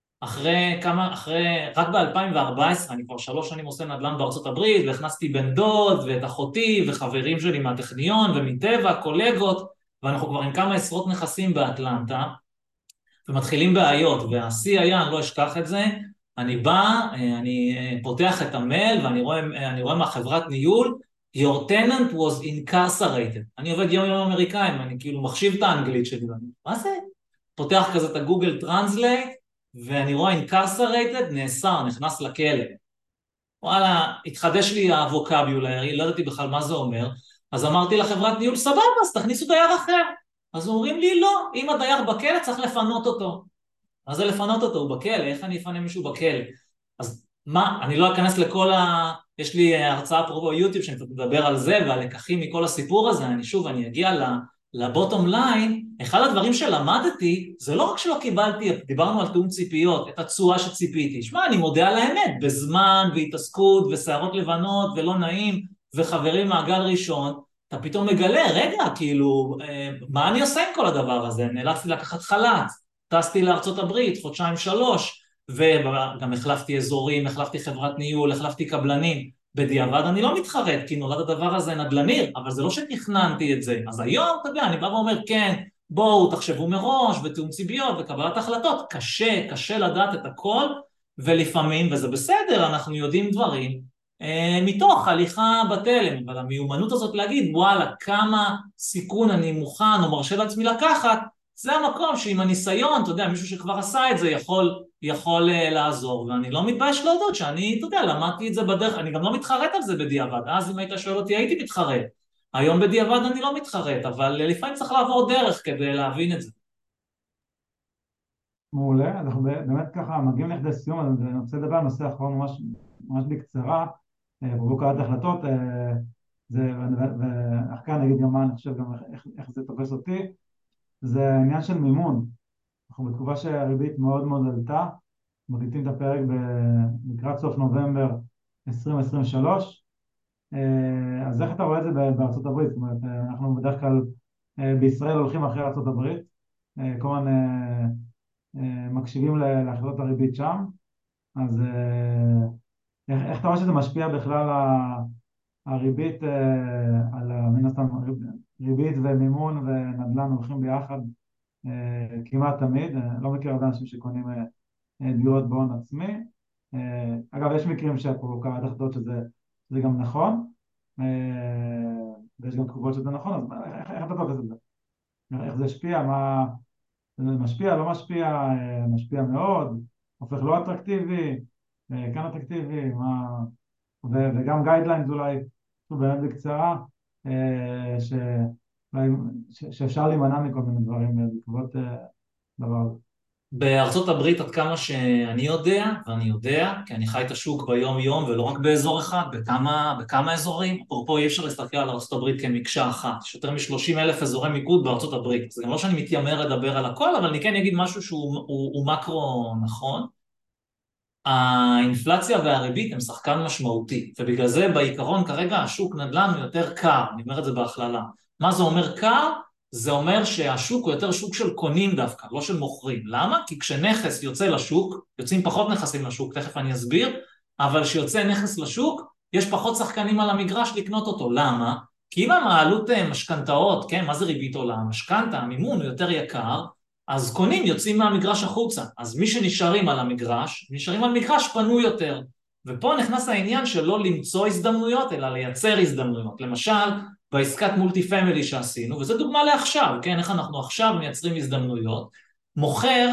רק ב-2014, אני כבר 3 שנים עושה נדל"ן בארצות הברית, והכנסתי בן דוד ואת אחותי וחברים שלי מהטכניון ומטבע, קולגות, ואנחנו כבר עם כמה עשרות נכסים באטלנטה, ומתחילים בעיות, והשיא היה, אני לא אשכח את זה, אני בא, אני פותח את המייל, ואני רואה מהחברת ניהול, Your tenant was incarcerated. אני עובד יום אמריקאים, אני כאילו מחשיב את האנגלית שלי, מה זה? פותח כזה את הגוגל טרנסלייט, ואני רואה incarcerated, נאסר, נכנס לכלא. וואלה, התחדש לי הווקאביולרי, לא ידעתי בכלל מה זה אומר, אז אמרתי לחברת ניהול, סבבה, אז תכניסו דייר אחר. אז אומרים לי, לא, אם הדייר בכלא צריך לפנות אותו. מה זה לפנות אותו? הוא בכלא, איך אני אפנה מישהו בכלא? אז מה, אני לא אכנס יש לי הרצאה פה ביוטיוב שאני מדבר על זה, והלקחים מכל הסיפור הזה, אני אגיע לבוטום ליין, אחד הדברים שלמדתי, זה לא רק שלא קיבלתי, דיברנו על תאום ציפיות, את התשואה שציפיתי, שמע, אני מודה על האמת, בזמן והתעסקות ושערות לבנות ולא נעים, וחברים מעגל ראשון, אתה פתאום מגלה, רגע, כאילו, מה אני עושה עם כל הדבר הזה? נאלצתי לקחת חל"ת, טסתי לארצות הברית, 2-3 חודשים, וגם החלפתי אזורים, החלפתי חברת ניהול, החלפתי קבלנים, בדיעבד אני לא מתחרט, כי נולד הדבר הזה נדל"ניר, אבל זה לא שתכננתי את זה. אז היום, אתה יודע, אני בא ואומר, כן, בואו תחשבו מראש, ותאום ציפיות, וקבלת החלטות, קשה לדעת את הכל, ולפעמים, וזה בסדר, אנחנו יודעים דברים, מתוך הליכה בתלם, אבל המיומנות הזאת להגיד, וואלה, כמה סיכון אני מוכן או מרשה לעצמי לקחת, זה המקום שעם הניסיון, אתה יודע, מישהו שכבר עשה את זה יכול לעזור, ואני לא מתבייש להודות שאני, אתה יודע, למדתי את זה בדרך, אני גם לא מתחרט על זה בדיעבד, אז אם היית שואל אותי, הייתי מתחרט, היום בדיעבד אני לא מתחרט, אבל לפעמים צריך לעבור דרך כדי להבין את זה. מעולה, אנחנו באמת ככה מגיעים לכדי סיום, אז אני רוצה לדבר על נושא אחרון ממש בקצרה, בבוא קראת החלטות, ואחר כך נגיד גם מה אני חושב, גם איך זה תופס אותי, זה העניין של מימון. אנחנו בתקופה שהריבית מאוד מאוד עלתה, מקליטים את הפרק לקראת סוף נובמבר 2023, אז איך אתה רואה את זה בארצות הברית? זאת אומרת, אנחנו בדרך כלל בישראל הולכים אחרי ארצות הברית, כמובן מקשיבים להחלטות הריבית שם, אז איך אתה רואה שזה משפיע בכלל הריבית, על מן הסתם ריבית ומימון ונדל"ן הולכים ביחד כמעט תמיד, לא מכיר הרבה אנשים שקונים דירות בהון עצמי, אגב יש מקרים שפה קראת החלטות שזה גם נכון, ויש גם תקופות שזה נכון, אז איך אתה תופס את זה? איך זה השפיע, זה משפיע, לא משפיע, משפיע מאוד, הופך לא אטרקטיבי, כאן אטרקטיבי, וגם גיידליינס אולי, באמת בקצרה, שאפשר להימנע מכל מיני דברים בעקבות דבר. בארצות הברית עד כמה שאני יודע, ואני יודע, כי אני חי את השוק ביום יום, ולא רק באזור אחד, בכמה אזורים. אפרופו אי אפשר להסתכל על ארצות הברית כמקשה אחת. יש יותר מ-30,000 אזורי מיקוד בארצות הברית. זה גם לא שאני מתיימר לדבר על הכל, אבל אני כן אגיד משהו שהוא מקרו נכון. האינפלציה והריבית הם שחקן משמעותי, ובגלל זה בעיקרון כרגע השוק נדל"ן הוא יותר קר, אני אומר את זה בהכללה. מה זה אומר קר? זה אומר שהשוק הוא יותר שוק של קונים דווקא, לא של מוכרים. למה? כי כשנכס יוצא לשוק, יוצאים פחות נכסים לשוק, תכף אני אסביר, אבל כשיוצא נכס לשוק, יש פחות שחקנים על המגרש לקנות אותו. למה? כי אם העלות משכנתאות, כן, מה זה ריבית עולה? משכנתה, המימון הוא יותר יקר, אז קונים יוצאים מהמגרש החוצה. אז מי שנשארים על המגרש, נשארים על מגרש פנוי יותר. ופה נכנס העניין של לא למצוא הזדמנויות, אלא לייצר הזדמנויות. למשל, בעסקת מולטי פמילי שעשינו, וזו דוגמה לעכשיו, כן, איך אנחנו עכשיו מייצרים הזדמנויות. מוכר,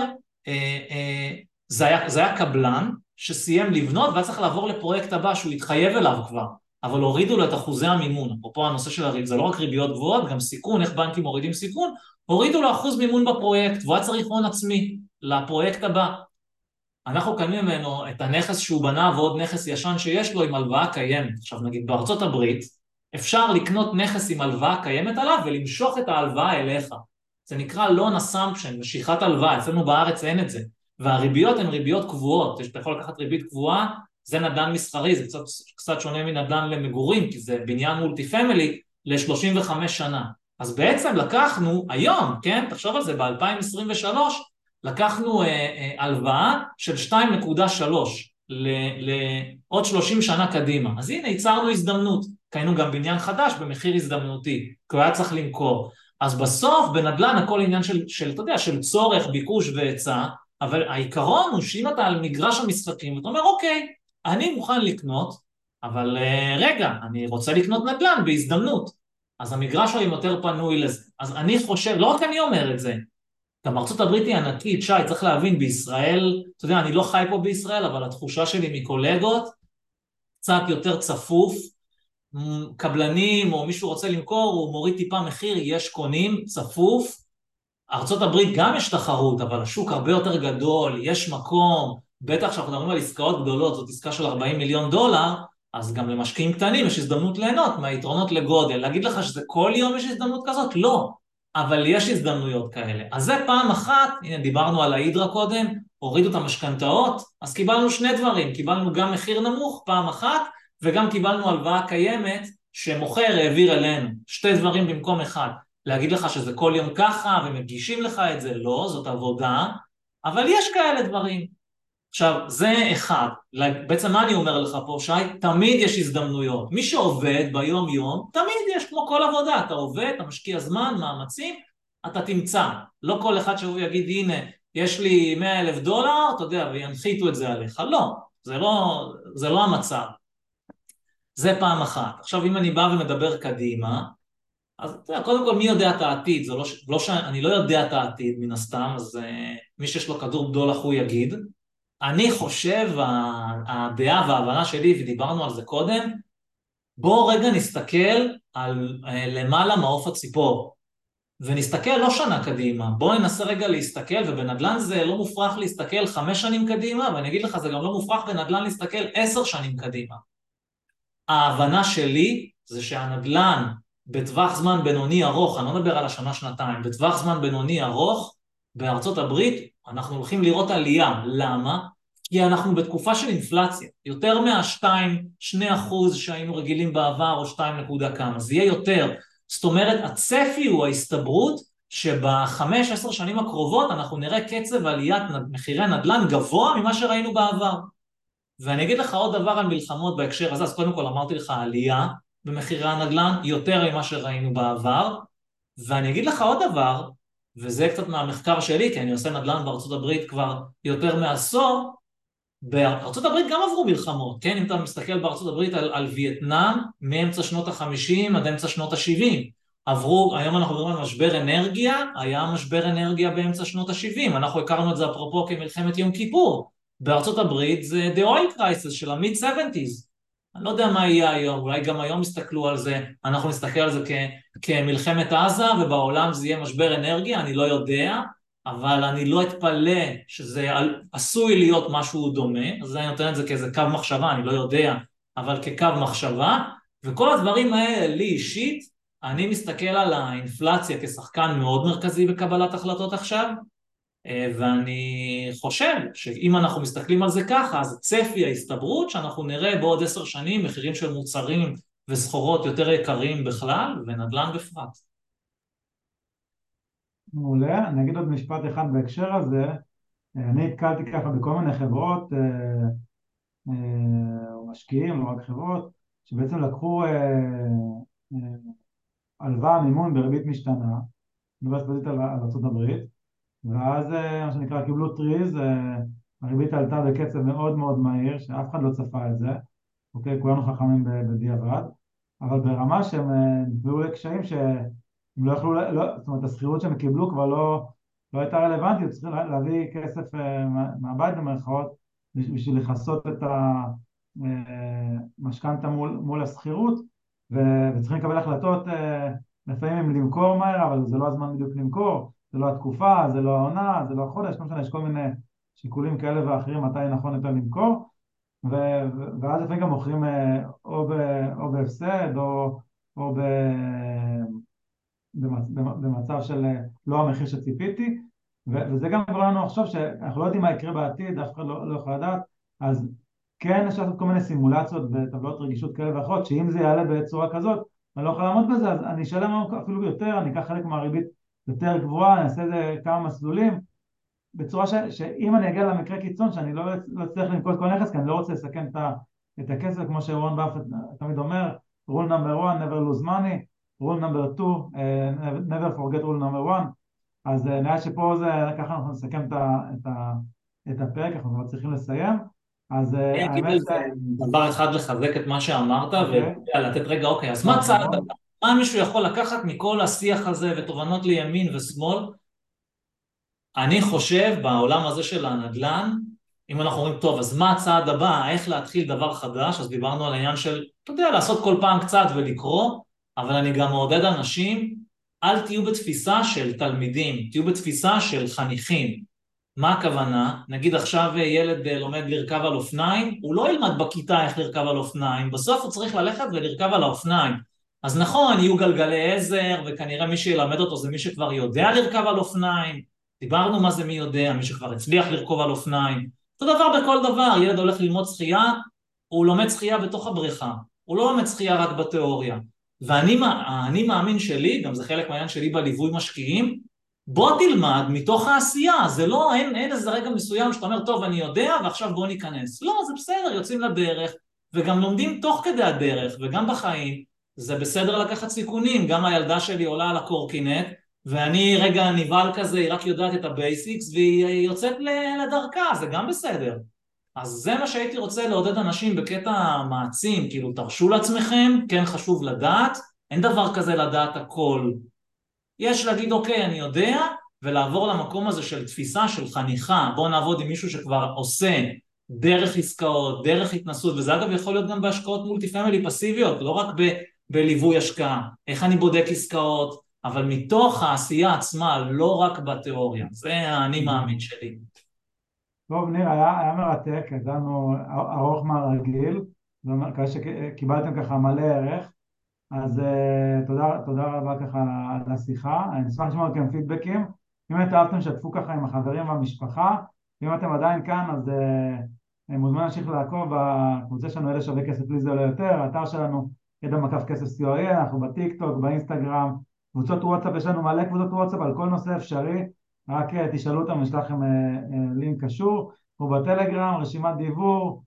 זה היה קבלן שסיים לבנות, והיה צריך לעבור לפרויקט הבא שהוא התחייב אליו כבר. אבל הורידו לו את אחוזי המימון, אפרופו הנושא של הריב, זה לא רק ריביות גבוהות, גם סיכון, איך בנקים מורידים סיכון, הורידו לו אחוז מימון בפרויקט, והוא היה צריך הון עצמי לפרויקט הבא. אנחנו קנינו ממנו את הנכס שהוא בנה ועוד נכס ישן שיש לו עם הלוואה קיימת. עכשיו נגיד בארצות הברית, אפשר לקנות נכס עם הלוואה קיימת עליו ולמשוך את ההלוואה אליך. זה נקרא loan assumption, משיכת הלוואה, אצלנו בארץ אין את זה. והריביות הן ריביות קבועות, אתה יכול לקחת ריבית קבועה, זה נדל"ן מסחרי, זה קצת שונה מנדל"ן למגורים, כי זה בניין מולטי פמילי ל-35 שנה. אז בעצם לקחנו היום, כן, תחשוב על זה, ב-2023, לקחנו הלוואה של 2.3 לעוד 30 שנה קדימה. אז הנה, ייצרנו הזדמנות. קיינו גם בניין חדש במחיר הזדמנותי, כי הוא היה צריך למכור. אז בסוף בנדל"ן הכל עניין אתה יודע, של צורך, ביקוש והיצע, אבל העיקרון הוא שאם אתה על מגרש המשחקים, אתה אומר, אוקיי, אני מוכן לקנות, אבל רגע, אני רוצה לקנות נדל"ן בהזדמנות. אז המגרש הוא יותר פנוי לזה. אז אני חושב, לא רק אני אומר את זה, גם ארצות הברית היא ענקית, שי, צריך להבין, בישראל, אתה יודע, אני לא חי פה בישראל, אבל התחושה שלי מקולגות, קצת יותר צפוף, קבלנים או מישהו רוצה למכור, הוא מוריד טיפה מחיר, יש קונים, צפוף, ארצות הברית גם יש תחרות, אבל השוק הרבה יותר גדול, יש מקום, בטח שאנחנו מדברים על עסקאות גדולות, זאת עסקה של $40 מיליון, אז גם למשקיעים קטנים יש הזדמנות ליהנות מהיתרונות לגודל. להגיד לך שזה כל יום יש הזדמנות כזאת? לא. אבל יש הזדמנויות כאלה. אז זה פעם אחת, הנה דיברנו על ההידרה קודם, הורידו את המשכנתאות, אז קיבלנו שני דברים, קיבלנו גם מחיר נמוך פעם אחת, וגם קיבלנו הלוואה קיימת שמוכר העביר אלינו. שתי דברים במקום אחד. להגיד לך שזה כל יום ככה ומגישים לך את זה, לא, זאת עבודה, אבל יש כאלה דברים. עכשיו, זה אחד. בעצם מה אני אומר לך פה, שי? תמיד יש הזדמנויות. מי שעובד ביום יום, תמיד יש כמו כל עבודה. אתה עובד, אתה משקיע זמן, מאמצים, אתה תמצא. לא כל אחד שהוא יגיד, הנה, יש לי $100,000, אתה יודע, וינחיתו את זה עליך. לא, זה לא המצב. זה פעם אחת. עכשיו, אם אני בא ומדבר קדימה, אז אתה יודע, קודם כל, מי יודע את העתיד? זה אני לא יודע את העתיד, מן הסתם, אז מי שיש לו כדור בדולח הוא יגיד. אני חושב, הדעה וההבנה שלי, ודיברנו על זה קודם, בואו רגע נסתכל על למעלה מעוף הציפור, ונסתכל לא שנה קדימה, בואו ננסה רגע להסתכל, ובנדל"ן זה לא מופרך להסתכל 5 שנים קדימה, ואני אגיד לך, זה גם לא מופרך בנדל"ן להסתכל 10 שנים קדימה. ההבנה שלי זה שהנדל"ן בטווח זמן בינוני ארוך, אני לא מדבר על השנה-שנתיים, בטווח זמן בינוני ארוך, בארצות הברית אנחנו הולכים לראות עלייה. למה? כי אנחנו בתקופה של אינפלציה, יותר מה-2% שהיינו רגילים בעבר, או 2 נקודה כמה, זה יהיה יותר. זאת אומרת, הצפי הוא ההסתברות, שב5-10 שנים הקרובות אנחנו נראה קצב עליית מחירי נדל"ן גבוה ממה שראינו בעבר. ואני אגיד לך עוד דבר על מלחמות בהקשר הזה, אז קודם כל אמרתי לך עלייה במחירי הנדל"ן, יותר ממה שראינו בעבר, ואני אגיד לך עוד דבר, וזה קצת מהמחקר שלי, כי אני עושה נדל"ן בארצות הברית כבר יותר מעשור, בארצות הברית גם עברו מלחמות, כן? אם אתה מסתכל בארצות הברית על וייטנאם, מאמצע שנות ה-50 עד אמצע שנות ה-70, עברו, היום אנחנו מדברים על משבר אנרגיה, היה משבר אנרגיה באמצע שנות ה-70, אנחנו הכרנו את זה אפרופו כמלחמת יום כיפור, בארצות הברית זה the oil crisis של ה-mid-70s, אני לא יודע מה יהיה היום, אולי גם היום יסתכלו על זה, אנחנו נסתכל על זה כמלחמת עזה, ובעולם זה יהיה משבר אנרגיה, אני לא יודע, אבל אני לא אתפלא שזה עשוי להיות משהו דומה, אז אני נותן את זה כאיזה קו מחשבה, אני לא יודע, אבל כקו מחשבה, וכל הדברים האלה, לי אישית, אני מסתכל על האינפלציה כשחקן מאוד מרכזי בקבלת החלטות עכשיו, ואני חושב שאם אנחנו מסתכלים על זה ככה, אז צפי ההסתברות שאנחנו נראה בעוד 10 שנים מחירים של מוצרים וסחורות יותר יקרים בכלל, ונדל"ן בפרט. מעולה, אני אגיד עוד משפט אחד בהקשר הזה, אני התקלתי ככה בכל מיני חברות, או משקיעים, או רק חברות, שבעצם לקחו הלוואה מימון בריבית משתנה, אוניברסיטה על ארצות הברית, ואז מה שנקרא קיבלו טריז, הריבית עלתה בקצב מאוד מאוד מהיר, שאף אחד לא צפה את זה, אוקיי, כולנו חכמים בדיעבד, אבל ברמה שהם נפגעו לקשיים שהם לא יכלו, זאת אומרת, השכירות שהם קיבלו כבר לא הייתה רלוונטית, צריכים להביא כסף מהבית במרכאות, בשביל לכסות את המשכנתא מול השכירות, וצריכים לקבל החלטות לפעמים אם למכור מהר, אבל זה לא הזמן בדיוק למכור, זה לא התקופה, זה לא העונה, זה לא החודש, לא משנה, יש כל מיני שיקולים כאלה ואחרים מתי נכון יותר למכור, ואז לפעמים גם מוכרים או בהפסד או במצב של לא המחיר שציפיתי, וזה גם גורם לנו לחשוב שאנחנו לא יודעים מה יקרה בעתיד, אף אחד לא יכול לדעת, אז כן אפשר לעשות כל מיני סימולציות בטבלאות רגישות כאלה ואחרות, שאם זה יעלה בצורה כזאת, אני לא יכול לעמוד בזה, אז אני אשלם אפילו יותר, אני אקח חלק מהריבית יותר גבוהה, אני אעשה את זה כמה מסלולים, בצורה שאם אני אגיע למקרה קיצון, שאני לא אצליח לנקוט כל נכס, כי אני לא רוצה לסכן את הכסף, כמו שוורן באפט תמיד אומר, rule number one, never lose money, rule number two, never forget rule number one, אז נראה שפה זה, ככה אנחנו נסכם את הפרק, אנחנו כבר צריכים לסיים, אז אני אגיד האמת על זה דבר אחד לחזק את מה שאמרת, אוקיי, ולתת רגע, אוקיי, אז מה צעד, מה מישהו יכול לקחת מכל השיח הזה ותובנות לימין ושמאל? אני חושב בעולם הזה של הנדל"ן, אם אנחנו אומרים, טוב, אז מה הצעד הבא, איך להתחיל דבר חדש, אז דיברנו על העניין של, אתה יודע, לעשות כל פעם קצת ולקרוא, אבל אני גם מעודד אנשים, אל תהיו בתפיסה של תלמידים, תהיו בתפיסה של חניכים. מה הכוונה? נגיד עכשיו ילד לומד לרכב על אופניים, הוא לא ילמד בכיתה איך לרכב על אופניים, בסוף הוא צריך ללכת ולרכב על האופניים. אז נכון, יהיו גלגלי עזר, וכנראה מי שילמד אותו זה מי שכבר יודע לרכב על אופניים, דיברנו מה זה מי יודע, מי שכבר הצליח לרכוב על אופניים. אותו דבר בכל דבר, ילד הולך ללמוד שחייה, הוא לומד שחייה בתוך הבריכה, הוא לא לומד שחייה רק בתיאוריה. ואני מאמין שלי, גם זה חלק מהעניין שלי בליווי משקיעים, בוא תלמד מתוך העשייה, זה לא, אין איזה רגע מסוים שאתה אומר, טוב, אני יודע, ועכשיו בוא ניכנס. לא, זה בסדר, יוצאים לדרך, וגם לומדים תוך כדי הדרך, וגם בחיים, זה בסדר לקחת סיכונים, גם הילדה שלי עולה על הקורקינט, ואני רגע נבהל כזה, היא רק יודעת את הבייסיקס, והיא יוצאת לדרכה, זה גם בסדר. אז זה מה שהייתי רוצה לעודד אנשים בקטע מעצים, כאילו תרשו לעצמכם, כן חשוב לדעת, אין דבר כזה לדעת הכל. יש להגיד אוקיי אני יודע, ולעבור למקום הזה של תפיסה של חניכה, בואו נעבוד עם מישהו שכבר עושה דרך עסקאות, דרך התנסות, וזה אגב יכול להיות גם בהשקעות מולטי פמילי פסיביות, לא רק בליווי השקעה, איך אני בודק עסקאות, אבל מתוך העשייה עצמה, לא רק בתיאוריה, זה האני מאמין שלי. טוב ניר, היה מרתק, ידענו ארוך מהרגיל, וכאלה שקיבלתם ככה מלא ערך, אז תודה רבה ככה על השיחה, אני אשמח לשמוע לכם פידבקים, אם אתם אהבתם שתפו ככה עם החברים והמשפחה, אם אתם עדיין כאן אז מוזמן להמשיך לעקוב בקבוצה שלנו ידע שווה כסף לי זה עולה יותר, האתר שלנו ידע מקף כסף co.il, אנחנו בטיק טוק, באינסטגרם, קבוצות וואטסאפ, יש לנו מלא קבוצות וואטסאפ על כל נושא אפשרי, רק תשאלו אותם, יש לכם לינק קשור, ובטלגרם רשימת דיבור,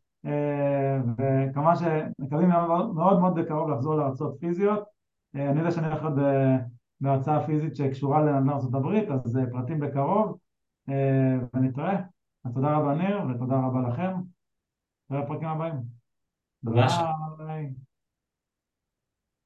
וכמה שמקווים מאוד מאוד בקרוב לחזור לארצות פיזיות. אני יודע שאני הולך בהרצאה פיזית שקשורה לנדל"ן ארצות הברית, אז פרטים בקרוב, ונתראה. אז תודה רבה ניר ותודה רבה לכם, נראה בפרקים הבאים. ביי.